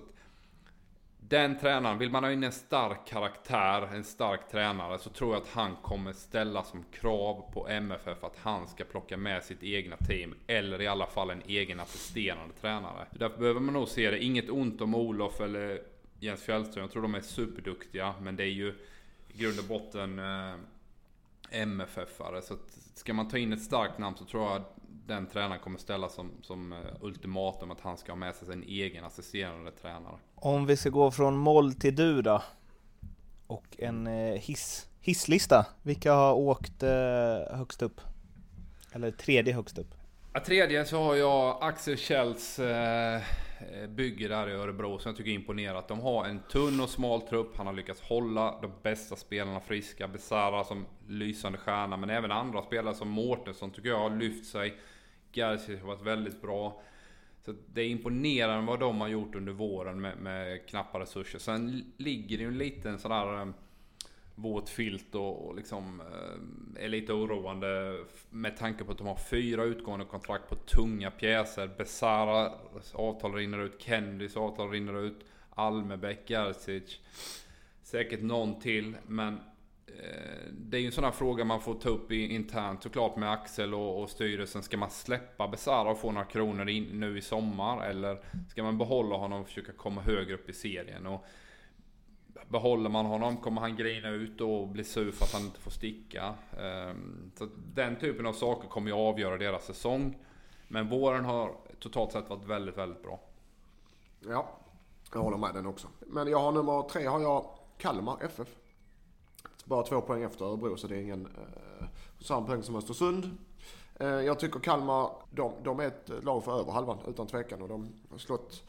den tränaren, vill man ha in en stark karaktär, en stark tränare, så tror jag att han kommer ställa som krav på M F F att han ska plocka med sitt egna team, eller i alla fall en egen assisterande tränare. Därför behöver man nog se det. Inget ont om Olof eller Jens Fjällström, jag tror de är superduktiga, men det är ju i grund och botten eh, M F F-are. Så att ska man ta in ett starkt namn, så tror jag att den tränaren kommer ställa som, som ultimatum att han ska ha med sig sin egen assisterande tränare. Om vi ska gå från moll till du då, och en hiss, hisslista, vilka har åkt eh, högst upp? Eller tredje högst upp? Ja, tredje så har jag Axel Kjells eh, bygge där i Örebro, som jag tycker är imponerat. De har en tunn och smal trupp. Han har lyckats hålla de bästa spelarna friska. Besara som lysande stjärna, men även andra spelare som Mårtensson tycker jag har lyft sig. Garcia har varit väldigt bra. Så det är imponerande vad de har gjort under våren med, med knappa resurser. Sen ligger det ju en liten sån där um, våt filt och, och liksom uh, är lite oroande med tanke på att de har fyra utgående kontrakt på tunga pjäser. Besaras avtal rinner ut, Kennedys avtal rinner ut, Almebäck, Garcic, säkert någon till, men det är ju en sån här fråga man får ta upp i, internt såklart med Axel och, och styrelsen. Ska man släppa Besara och få några kronor in, nu i sommar, eller ska man behålla honom och försöka komma högre upp i serien? Och behåller man honom kommer han grina ut och bli sur för att han inte får sticka. Så den typen av saker kommer ju avgöra deras säsong. Men våren har totalt sett varit väldigt, väldigt bra. Ja, jag håller med den också. Men jag har nummer tre har jag Kalmar F F. Bara två poäng efter Örebro, så det är ingen eh, samma poäng som Östersund. Eh, jag tycker Kalmar, de, de är ett lag för över halvan utan tvekan. Och de har slått...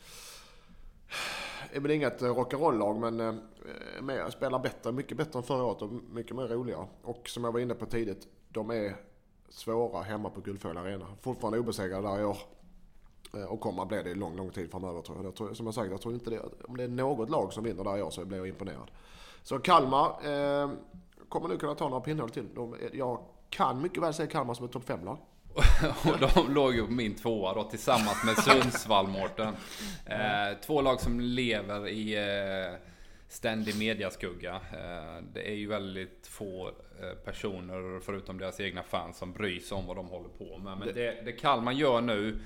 Det är väl inget rock'n'roll-lag, men eh, med, spelar bättre, mycket bättre än förra året och mycket mer roliga. Och som jag var inne på tidigt, de är svåra hemma på Guldfågel Arena. Fortfarande obesegrade där i år. Eh, och kommer att bli det i lång, lång tid framöver, tror jag. jag tror, som jag sagt, jag tror inte det. Om det är något lag som vinner där i år så blir jag imponerad. Så Kalmar eh, kommer nu kunna ta några pinnhål till. De, jag kan mycket väl säga Kalmar som ett topp fem-lag. Och de låg ju på min tvåa då, tillsammans med Sundsvall, Mårten. Eh, två lag som lever i eh, ständig mediaskugga. Eh, det är ju väldigt få eh, personer, förutom deras egna fans, som bryr sig om vad de håller på med. Men det, det Kalmar gör nu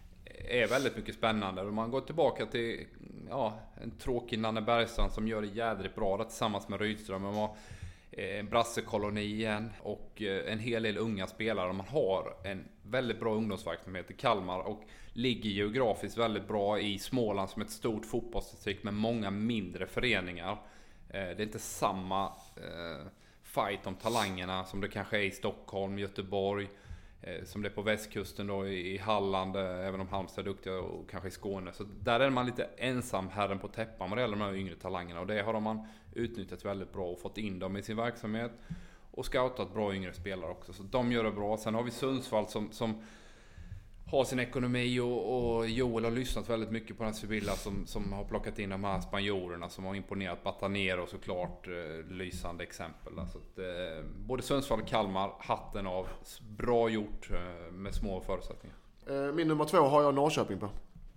är väldigt mycket spännande. Om man går tillbaka till ja, en tråkig Nanne Bergstrand som gör det jädrigt bra där, tillsammans med Rydström. Man har eh, Brassekolonien och eh, en hel del unga spelare. Man har en väldigt bra ungdomsverksamhet i Kalmar och ligger geografiskt väldigt bra i Småland som ett stort fotbollsdistrikt med många mindre föreningar. Eh, det är inte samma eh, fight om talangerna som det kanske är i Stockholm, Göteborg, som det är på västkusten då, i Halland, även om Halmstad är duktiga, och kanske i Skåne. Så där är man lite ensam herren på täppan vad det gäller de här yngre talangerna. Och det har man utnyttjat väldigt bra och fått in dem i sin verksamhet. Och scoutat bra yngre spelare också. Så de gör det bra. Sen har vi Sundsvall som, som har sin ekonomi, och, och Joel har lyssnat väldigt mycket på den Sevilla som, som har plockat in de här spanjorerna som har imponerat. Batanero såklart, eh, lysande exempel. Så att, eh, både Sundsvall och Kalmar, hatten av, bra gjort eh, med små förutsättningar. Eh, min nummer två har jag Norrköping på.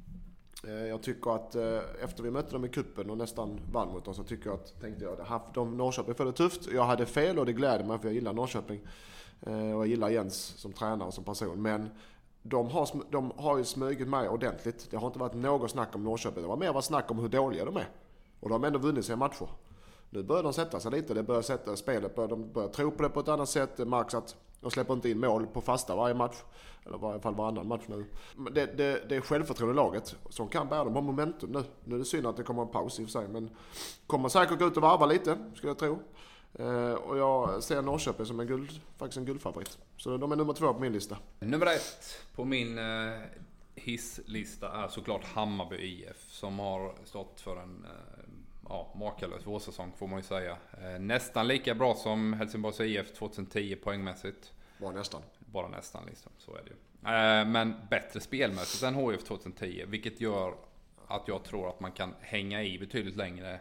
Eh, jag tycker att eh, efter vi mötte dem i kuppen och nästan vann mot dem, så tycker jag att, tänkte jag, haft de Norrköping för det tufft. Jag hade fel och det gläder mig, för jag gillar Norrköping. Eh, och jag gillar Jens som tränare och som person. Men De har, de har ju smugit mig ordentligt. Det har inte varit något snack om Norrköping. Det var mer vad snack om hur dåliga de är. Och de har ändå vunnit sina matcher. Nu börjar de sätta sig lite. Det börjar sätta spelet. De börjar tro på det på ett annat sätt. Det märks att de släpper inte in mål på fasta varje match. Eller i varje fall varannan match nu. Det, det, det är självförtroende laget som kan bära dem. Har momentum nu. Nu är det synd att det kommer en paus i och för sig. Men kommer säkert gå ut och varva lite, skulle jag tro. Uh, och jag ser Norrköping som en guld, faktiskt en guldfavorit. Så de är nummer två på min lista. Nummer ett på min uh, hisslista är såklart Hammarby I F, som har stått för en uh, ja, makalös vårsäsong, får man ju säga. Uh, nästan lika bra som Helsingborgs I F tjugohundratio poängmässigt. Bara nästan. Bara nästan liksom, så är det ju. Uh, men bättre spelmässigt än H I F tjugohundratio, vilket gör att jag tror att man kan hänga i betydligt längre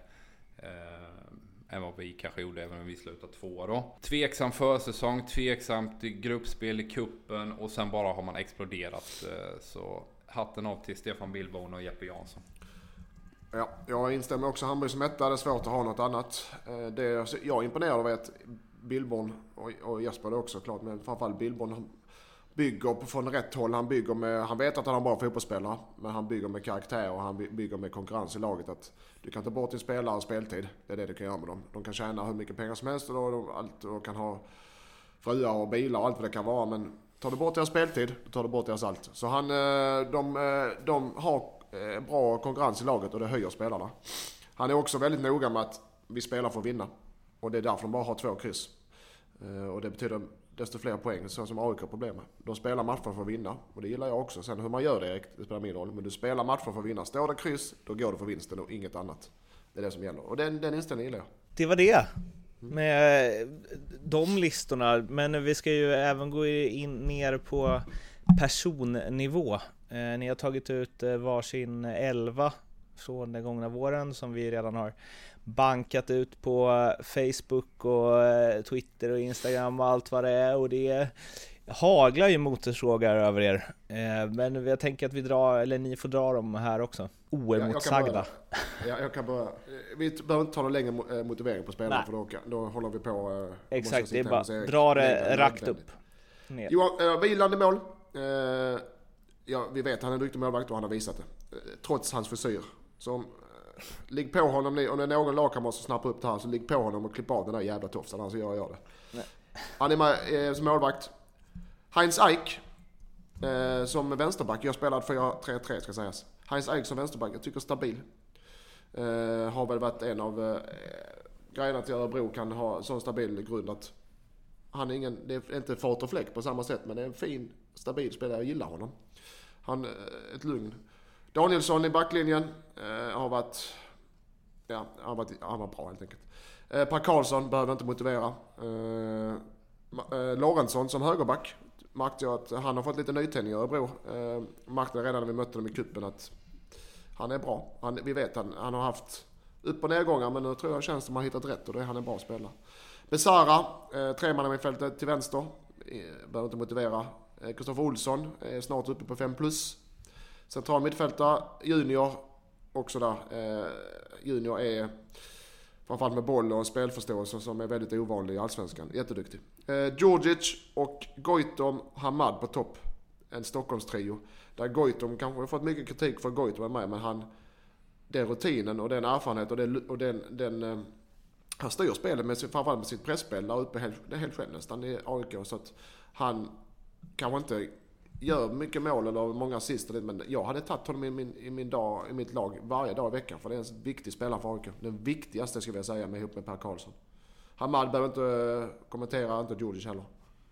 uh, än vad vi kanske gjorde även om vi slutade tvåa då. Tveksam försäsong, tveksamt gruppspel i kuppen, och sen bara har man exploderat. Så hatten av till Stefan Billborn och Jeppe Jansson. Ja, jag instämmer också. Hammarby som etta, det är svårt att ha något annat. Det, jag är imponerad av att Billborn och, och Jesper är också klart, men framförallt Billborn bygger på från rätt håll. Han bygger med, han vet att han har bra fotbollsspelare, men han bygger med karaktär och han bygger med konkurrens i laget. Att du kan ta bort din spelare och speltid. Det är det du kan göra med dem. De kan tjäna hur mycket pengar som helst och, de, allt, och kan ha fruar och bilar och allt vad det kan vara. Men tar du bort deras speltid, då tar du bort deras allt. Så han, de, de har bra konkurrens i laget och det höjer spelarna. Han är också väldigt noga med att vi spelar för att vinna. Och det är därför de bara har två kryss. Och det betyder desto fler poäng, så som A I K problem. De spelar matcher för att vinna, och det gillar jag också. Sen hur man gör det, det spelar min roll. Men du spelar matcher för att vinna. Står det kryss, då går du för vinsten och inget annat. Det är det som gäller. Och den, den inställningen gillar jag. Det var det med de listorna. Men vi ska ju även gå in ner på personnivå. Eh, ni har tagit ut varsin elva från den gångna våren som vi redan har bankat ut på Facebook och Twitter och Instagram och allt vad det är, och det haglar ju motorsågar över er. Men jag tänker att vi drar, eller ni får dra dem här också. Oemotsagda. Jag, jag, jag kan bara, vi behöver inte ta någon längre motivering på spelarna, för då, då håller vi på. Exakt, det är bara dra det rakt upp. Ner. Johan, äh, vilande mål. Äh, ja, vi vet att han är en duktig målvakt och han har visat det. Trots hans frisyr. Som ligg på honom ni, om det är någon lagkamrat som snappar upp det här, så ligg på honom och klipp av den där jävla tofsen, annars gör jag det. Nej. Han är med eh, som målvakt. Heinz Eik eh, som vänsterback. Jag spelade fyra tre tre ska sägas. Heinz Eik som vänsterback, jag tycker stabil. Eh, har väl varit en av eh, grejerna till Örebro kan ha sån stabil grund att han är ingen, det är inte fart och fläck på samma sätt, men det är en fin, stabil spelare, jag gillar honom. Han, eh, ett lugn. Danielsson i backlinjen eh, har varit, ja, han var, han var bra helt enkelt. Eh, Per Karlsson behöver inte motivera. Eh, eh, Lorentzon som högerback märkte jag att han har fått lite nytändning i Örebro. Eh, märkte redan när vi mötte dem i kuppen att han är bra. Han, vi vet han, han har haft upp- och nedgångar, men nu tror jag känns som att han har hittat rätt och det är han en bra spelare. Besara, eh, tremannamittfältet till vänster. Eh, behöver inte motivera. Eh, Kristoffer Olsson är snart uppe på fem plus. Central mittfältare, junior också där. Eh, junior är framförallt med boll och spelförståelse som är väldigt ovanlig i Allsvenskan. Jätteduktig. Eh, Djurdjic och Goitom Hamad på topp. En Stockholmstrio. Där Goitom kanske har fått mycket kritik för Goitom med, men han, den rutinen och den erfarenhet och den, och den, den eh, han styr spelet med, framförallt med sitt pressspel där uppe helt, det är helt själv nästan i A I K, så att han kanske inte gör mycket mål eller många assist, men jag hade tagit honom i, min, i, min dag, i mitt lag varje dag i veckan, för det är en viktig spelare för A I K. Den viktigaste ska jag säga med ihop med Per Karlsson. Hamad behöver inte kommentera, inte Djurdjic heller.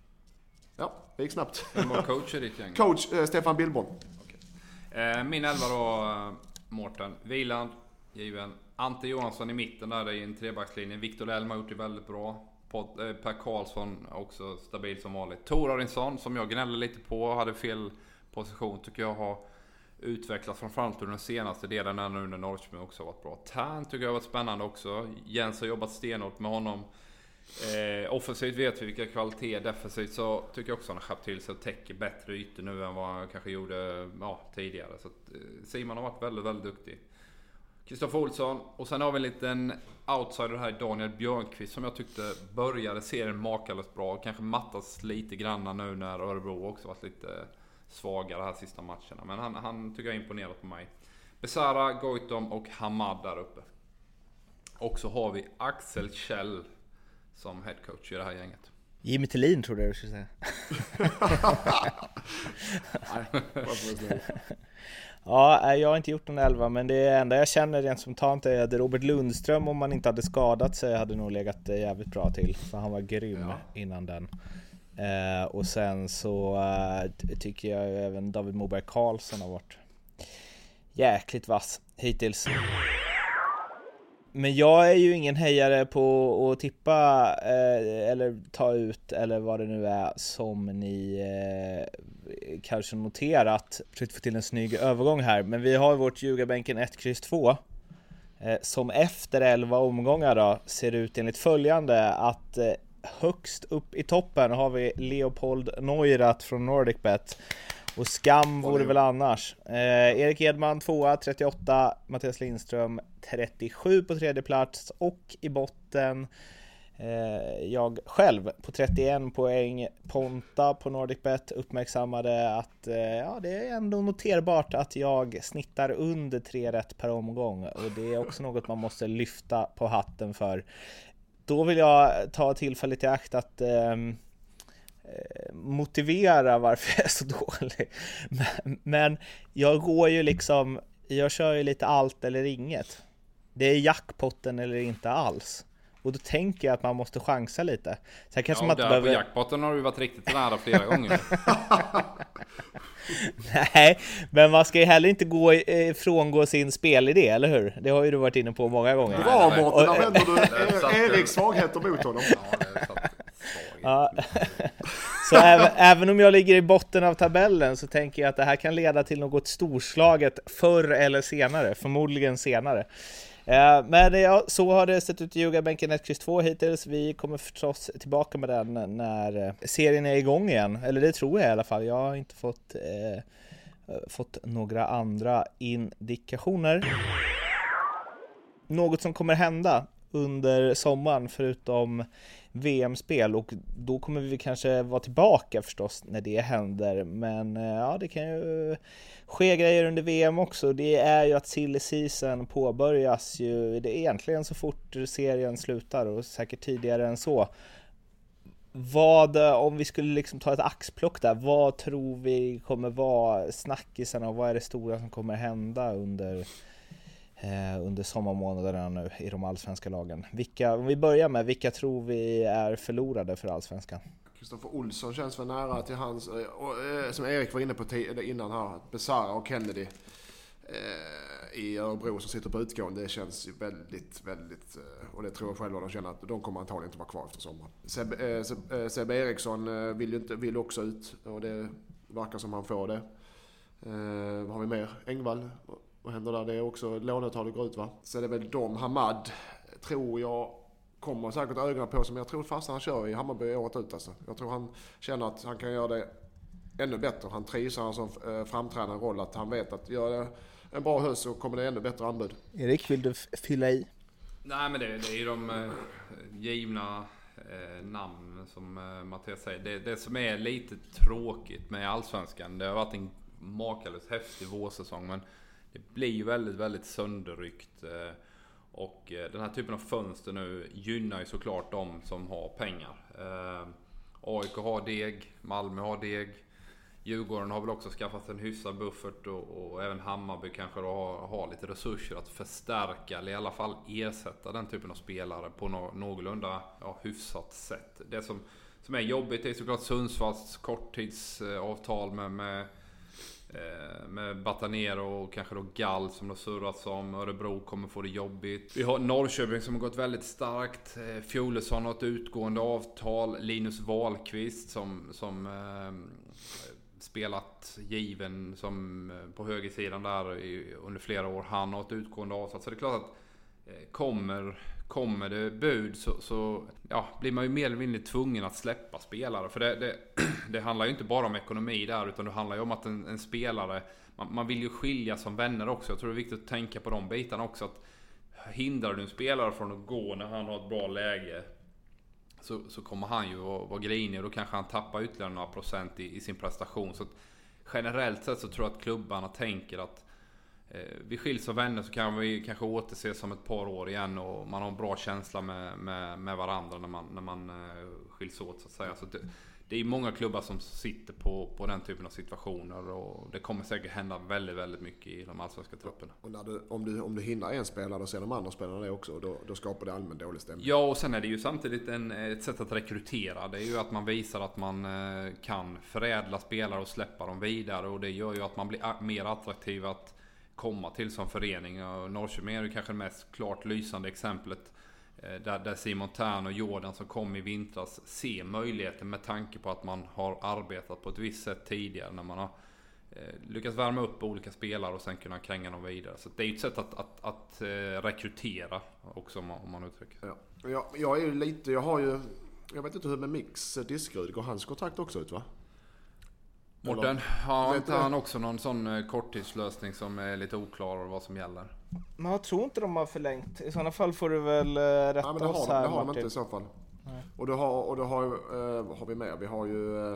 Ja, det gick snabbt. Vem var coach i ditt gäng? Coach eh, Stefan Billborn. Okay. Eh, min elva då, eh, Mårten Wieland, given. Ante Johansson i mitten där i en trebackslinje. Viktor Elm har gjort det väldigt bra. Per Karlsson också stabil som vanligt. Tor Arinsson som jag gnäller lite på, hade fel position, tycker jag har utvecklats framförallt under den senaste delen när nu när Norrköping också har varit bra. Tern tycker jag har varit spännande också. Jens har jobbat stenhårt med honom. Eh, offensivt vet vi vilka kvaliteter, defensivt så tycker jag också han har skärpt till sig och täcker bättre ytor nu än vad han kanske gjorde ja, tidigare. Så att, eh, Simon har varit väldigt, väldigt duktig. Kristoffer Olsson, och sen har vi en liten outsider här, Daniel Björnqvist, som jag tyckte började serien makalöst bra. Kanske mattas lite granna nu när Örebro också varit lite svagare här sista matcherna. Men han, han tycker jag är imponerat på mig. Besara, Goitom och Hamad där uppe. Och så har vi Axel Kjell som headcoach i det här gänget. Jimmy Tillin tror jag du skulle säga. Nej, varför Ja, jag har inte gjort någon elva, men det enda jag känner rent spontant är att Robert Lundström, om man inte hade skadat sig, hade nog legat jävligt bra till. För han var grym ja. innan den. Eh, och sen så eh, tycker jag även David Moberg Karlsson har varit jäkligt vass hittills. Men jag är ju ingen hejare på att tippa eh, eller ta ut eller vad det nu är som ni eh, kanske noterat. Försökt få till en snygg övergång här. Men vi har vårt Ljugarbänken ett kryss två eh, som efter elva omgångar då ser ut enligt följande att eh, högst upp i toppen har vi Leopold Neurath från NordicBet. Och skam vore väl annars. Eh, Erik Edman tvåa, trettioåtta. Mattias Lindström trettiosju på tredje plats. Och i botten eh, jag själv på trettioen poäng. Ponta på NordicBet uppmärksammade att eh, ja, det är ändå noterbart att jag snittar under tre rätt per omgång. Och det är också något man måste lyfta på hatten för. Då vill jag ta tillfället i akt att... Eh, motivera varför jag är så dålig. Men, men jag går ju liksom, jag kör ju lite allt eller inget. Det är jackpotten eller inte alls. Och då tänker jag att man måste chansa lite. Sen kanske ja, man där behöver... på jackpotten har du varit riktigt nära flera gånger. Nej, men man ska ju heller inte gå frångå sin spelidé, eller hur? Det har ju du varit inne på många gånger. Bra Mårten, använder du Eriks svagheter mot honom. Ja, det är sant. Ja. Så även, även om jag ligger i botten av tabellen så tänker jag att det här kan leda till något storslaget förr eller senare, förmodligen senare. Eh, men ja, så har det sett ut i Ljugarbänken ett kryss två hittills. Vi kommer förstås tillbaka med den när serien är igång igen, eller det tror jag i alla fall. Jag har inte fått, eh, fått några andra indikationer. Något som kommer hända under sommaren förutom V M-spel, och då kommer vi kanske vara tillbaka förstås när det händer, men ja, det kan ju ske grejer under V M också. Det är ju att silly season påbörjas ju det är egentligen så fort serien slutar, och säkert tidigare än så. Vad, om vi skulle liksom ta ett axplock där, vad tror vi kommer vara snackisen och vad är det stora som kommer hända under eh, under sommarmånaderna nu i de allsvenska lagen? Vilka, om vi börjar med, vilka tror vi är förlorade för allsvenskan? Kristoffer Olsson känns väl nära till hans, och, och, som Erik var inne på t- innan här, Besara och Kennedy eh, i Örebro som sitter på utgående. Det känns ju väldigt, väldigt, eh, och det tror jag själva de känner att de kommer antagligen inte vara kvar efter sommaren. Sebbe, eh, Sebbe, Sebbe Eriksson eh, vill ju inte, vill också ut, och det verkar som han får det. Eh, vad har vi mer? Engvall, vad händer där? Det är också lånetalet går ut, va? Så det är väl de. Hamad tror jag kommer säkert ögonen på sig, men jag tror fast han kör i Hammarby året ut alltså. Jag tror han känner att han kan göra det ännu bättre. Han trivs en sån eh, framträdande roll att han vet att gör det en bra höst så kommer det ännu bättre anbud. Erik, vill du f- fylla i? Nej, men det, det är ju de eh, givna eh, namn som eh, Mattias säger. Det, det som är lite tråkigt med allsvenskan, det har varit en makalös häftig vårsäsong, men det blir ju väldigt, väldigt sönderryckt. Eh, och eh, den här typen av fönster nu gynnar ju såklart de som har pengar. Eh, A I K har deg, Malmö har deg. Djurgården har väl också skaffat en hyfsad buffert, och, och även Hammarby kanske då har, har lite resurser att förstärka eller i alla fall ersätta den typen av spelare på no, någorlunda ja, hyfsat sätt. Det som, som är jobbigt är såklart Sundsvalls korttidsavtal med, med, med Batanero och kanske då Gall som det surrats om. Örebro kommer få det jobbigt. Vi har Norrköping som har gått väldigt starkt. Fjolesson har ett utgående avtal. Linus Wahlqvist som, som eh, spelat given som på högersidan där i, under flera år. Han har ett utgående avtal. Så det är klart att eh, kommer, kommer det bud så, så ja, blir man ju mer eller mindre tvungen att släppa spelare. För det, det, det handlar ju inte bara om ekonomi där, utan det handlar ju om att en, en spelare, man, man vill ju skilja som vänner också. Jag tror det är viktigt att tänka på de bitarna också. Att hindrar du en spelare från att gå när han har ett bra läge, Så, så kommer han ju att vara grinig, och då kanske han tappar ytterligare några procent i, i sin prestation. Så att generellt sett så tror jag att klubbarna tänker att eh, vi skiljs som vänner så kan vi kanske återses som ett par år igen, och man har en bra känsla med, med, med varandra när man, när man eh, skiljs åt så att säga. Så det, det är många klubbar som sitter på, på den typen av situationer, och det kommer säkert hända väldigt, väldigt mycket i de allsvenska trupperna. Och när du, om, du, om du hindrar en spelare, då ser de andra spelarna det också, och då, då skapar det allmän dålig stämning. Ja, och sen är det ju samtidigt en, ett sätt att rekrytera. Det är ju att man visar att man eh, kan förädla spelare och släppa dem vidare, och det gör ju att man blir a- mer attraktiv att komma till som förening. Och Norrköping är ju kanske det mest klart lysande exemplet. Där, där Simon Tern och Jordan som kom i vintras ser möjligheten med tanke på att man har arbetat på ett visst sätt tidigare, när man har eh, lyckats värma upp olika spelare och sen kunna kränga dem vidare. Så det är ju ett sätt att, att, att eh, rekrytera också, om man, om man uttrycker. Ja. Jag, jag är ju lite, jag har ju, jag vet inte hur med Mix Diskrud, går hans kontrakt också ut, va? Mårten, har inte han också någon sån korttidslösning som är lite oklar vad som gäller? Men jag tror inte de har förlängt. I sådana fall får du väl rätta ja, men det oss har, här, det har de Martin. inte i så fall. Nej. Och då har, och då har, eh, vad har vi med? Vi har ju eh,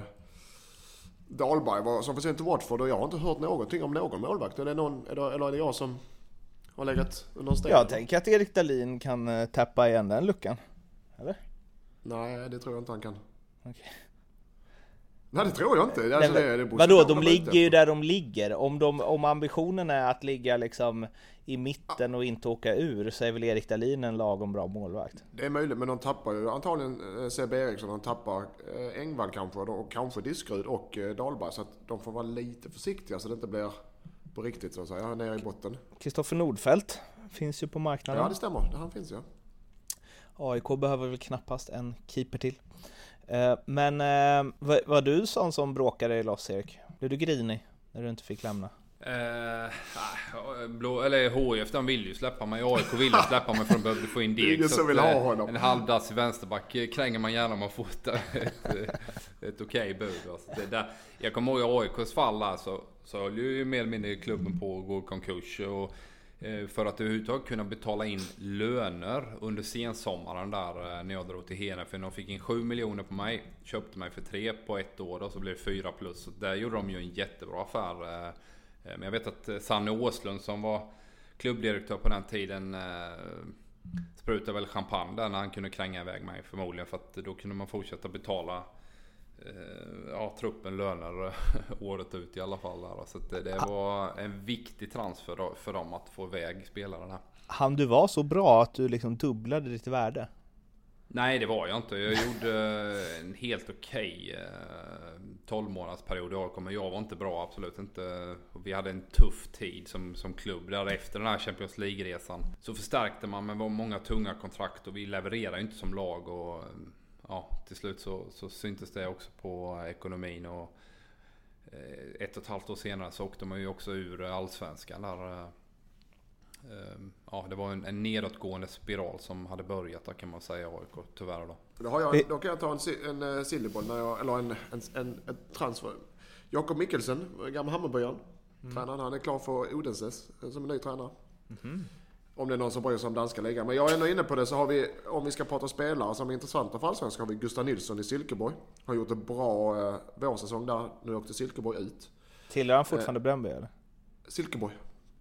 Dahlberg var, som försvinner till Watford, och jag har inte hört någonting om någon målvakt. Är det någon, är det, eller är det jag som har legat under en sten? Jag tänker att Erik Dahlin kan uh, täppa igen den luckan. Eller? Nej, det tror jag inte han kan. Okay. Nej, det tror jag inte. Alltså, Nej, det, det vadå, de ligger ju där de ligger. Om, de, om ambitionen är att ligga liksom i mitten och inte åka ur, så är väl Erik Dahlin en lagom bra målvakt. Det är möjligt, men de tappar ju antagligen eh, Sebbe Eriksson, de tappar eh, Engvall kanske, och, och kanske Diskrud och eh, Dahlberg, så att de får vara lite försiktiga så det inte blir på riktigt så att säga, nere i botten. Kristoffer Nordfeldt finns ju på marknaden. Ja, det stämmer. Det han finns ju. A I K behöver väl knappast en keeper till. Uh, men uh, vad, vad du sån som bråkade i loss, Erik? Blev du grinig när du inte fick lämna? Eh, blå, eller H I F, de vill ju släppa mig. A I K vill ju släppa mig för de behövde få in deg. Ingen som vill ha honom. En halvdass i vänsterback kränger man gärna om man får ett, ett, ett okej bud. Alltså det där, jag kommer ihåg i A I Ks fall där, så, så höll ju mer eller mindre klubben på att gå i konkurs. Och För att överhuvudtaget kunna betala in löner under sensommaren där när jag drog till Hena. För de fick in sju miljoner på mig, köpte mig för tre på ett år och så blev det fyra plus. Så där gjorde de ju en jättebra affär. Men jag vet att Sanne Åslund som var klubbdirektör på den tiden sprutade väl champagne där när han kunde kränga iväg mig förmodligen. För att då kunde man fortsätta betala ja, truppen löner året ut i alla fall där. Så det, det var en viktig transfer då, för dem att få iväg spelarna. Han du var så bra att du liksom dubblade ditt värde? Nej, det var jag inte. Jag gjorde en helt okej tolv månaders period i A I K, men jag var inte bra, absolut inte. Vi hade en tuff tid som, som klubb. Där efter den här Champions League-resan så förstärkte man med många tunga kontrakt och vi levererade inte som lag och ja, till slut så, så syntes det också på ekonomin och eh, ett och ett halvt år senare så åkte man ju också ur allsvenskan där. Eh, ja, det var en, en nedåtgående spiral som hade börjat där kan man säga, A I K, tyvärr då. Då, har jag, då kan jag ta en, en, en sillyboll, när jag, eller en, en, en, en transfer. Jakob Mikkelsen, gamla Hammarbyaren, mm. tränaren, han är klar för Odenses som en ny tränare. Mm-hmm. Om det är någon som bryr sig om danska ligan. Men jag är ändå inne på det, så har vi, om vi ska prata spelare som är intressanta för allsvenska, har vi Gustav Nilsson i Silkeborg. Har gjort en bra eh, vårsäsong där. Nu åkte Silkeborg ut. Tillhör han fortfarande eh, Bröndby eller? Silkeborg.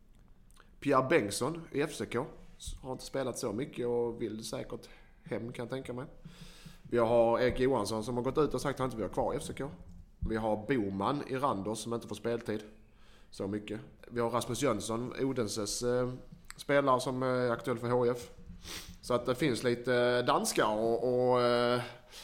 Pierre Bengtsson i F C K. Har inte spelat så mycket och vill säkert hem, kan jag tänka mig. Vi har Erik Johansson som har gått ut och sagt att han inte vill ha kvar i F C K. Vi har Boman i Randers som inte får speltid så mycket. Vi har Rasmus Jönsson, Odenses eh, spelare som är aktuell för H F. Så att det finns lite danskar och, och eh,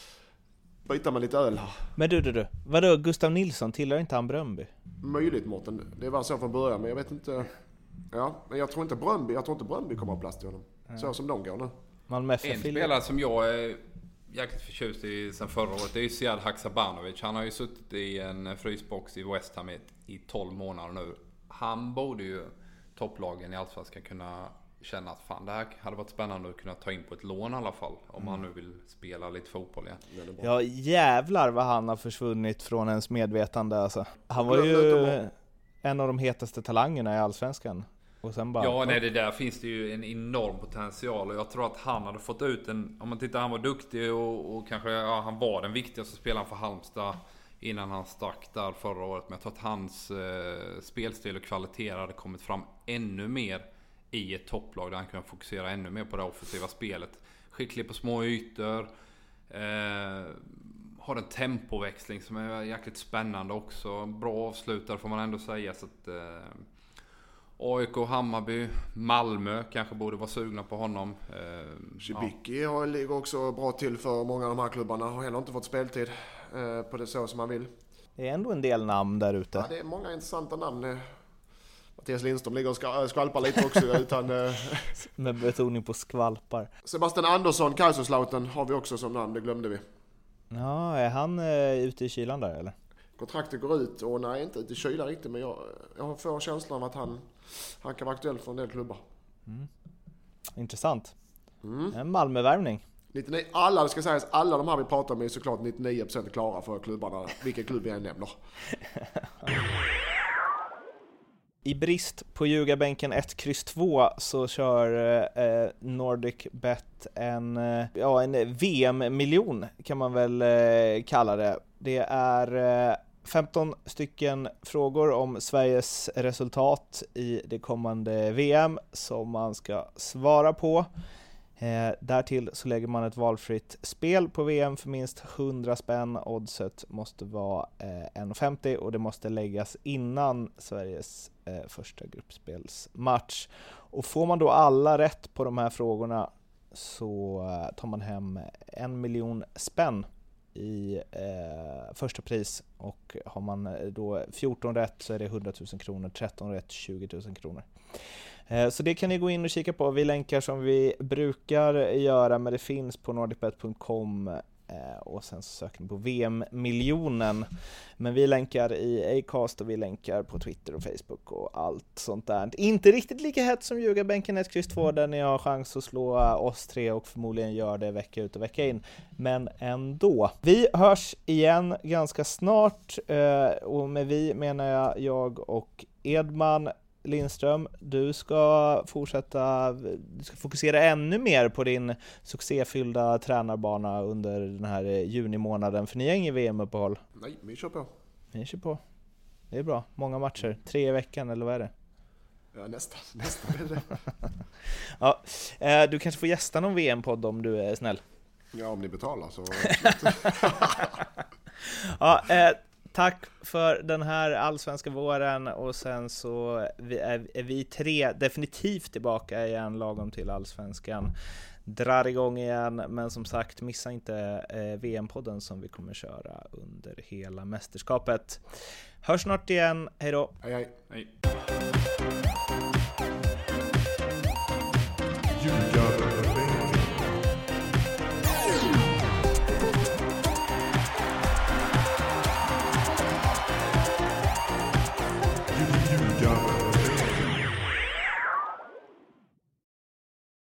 byta med lite öl här. Men du, du, du. Vadå, Gustav Nilsson, tillhör inte han Bröndby? Möjligt, Mårten. Det var så från början, men jag vet inte. Ja, men jag tror inte Bröndby, jag tror inte Bröndby kommer att ha plats till honom. Ja. Så som de går nu. Malmö F F. En spelare som jag är jäkligt förtjust i sen förra året, det är ju Sead Haksabanovic. Han har ju suttit i en frysbox i West Ham i tolv månader nu. Han borde ju topplagen i Allsvenskan kunna känna att fan, det här hade varit spännande att kunna ta in på ett lån i alla fall. Om mm. han nu vill spela lite fotboll igen. Ja, jävlar vad han har försvunnit från ens medvetande alltså. Han var ju en av de hetaste talangerna i Allsvenskan. Och sen bara, ja, nej, det där finns det ju en enorm potential. Och jag tror att han hade fått ut en... Om man tittar, han var duktig och, och kanske ja, han var den viktigaste spelaren för Halmstad innan han stack där förra året. Men jag tror att hans eh, spelstil och kvaliteter hade kommit fram ännu mer i ett topplag där han kunde fokusera ännu mer på det offensiva spelet. Skicklig på små ytor. Eh, har en tempoväxling som är jäkligt spännande också. Bra avslutare får man ändå säga. Så att, eh, A I K, Hammarby, Malmö kanske borde vara sugna på honom. Eh, Cibicki ja. ligger också bra till för många av de här klubbarna. Har heller inte fått speltid eh, på det så som man vill. Det är ändå en del namn där ute. Ja, det är många intressanta namn. Mattias Lindström ligger och skvalpar lite också. utan, Med betoning på skvalpar. Sebastian Andersson, Kaiserslautern har vi också som namn, det glömde vi. Ja, är han eh, ute i kylan där eller? Kontraktet går ut och nej, inte ute i kylan riktigt, men jag, jag får känslan av att han, han kan vara aktuell för en del klubbar. Mm. Intressant. Mm. En Malmövärvning. nittionio, alla, det ska sägas, alla de här vi pratar med är såklart nittionio procent klara för klubbarna, vilken klubb jag än nämner. I brist på ljugarbänken ett kryss två så kör eh, NordicBet en, eh, ja, en V M-miljon kan man väl eh, kalla det. Det är eh, femton stycken frågor om Sveriges resultat i det kommande V M som man ska svara på. Eh, därtill så lägger man ett valfritt spel på V M för minst hundra spänn. Oddset måste vara eh, en komma femtio och det måste läggas innan Sveriges eh, första gruppspelsmatch. Och får man då alla rätt på de här frågorna så eh, tar man hem en miljon spänn i eh, första pris. Och har man då fjorton rätt så är det hundratusen kronor, tretton rätt tjugotusen kronor. Så det kan ni gå in och kika på. Vi länkar som vi brukar göra, men det finns på nordicbet punkt com och sen söker ni på V M-miljonen. Men vi länkar i Acast och vi länkar på Twitter och Facebook och allt sånt där. Inte riktigt lika hett som ljugarbänken ett kryss två där ni har chans att slå oss tre och förmodligen gör det vecka ut och vecka in. Men ändå. Vi hörs igen ganska snart och med vi menar jag jag och Edman. Lindström, du ska fortsätta, du ska fokusera ännu mer på din succéfyllda tränarbana under den här junimånaden, för ni har ingen V M-uppehåll. Nej, vi kör på. Vi kör på. Det är bra. Många matcher. Tre i veckan, eller vad är det? Ja, nästan. Nästan är det. Ja, eh, du kanske får gästa någon V M-podd om du är snäll. Ja, om ni betalar så. Ja, eh, tack för den här allsvenska våren, och sen så är, är vi tre definitivt tillbaka igen lagom till allsvenskan drar igång igen. Men som sagt, missa inte eh, V M-podden som vi kommer köra under hela mästerskapet. Hörs snart igen, hej då! Hej hej! Hej. You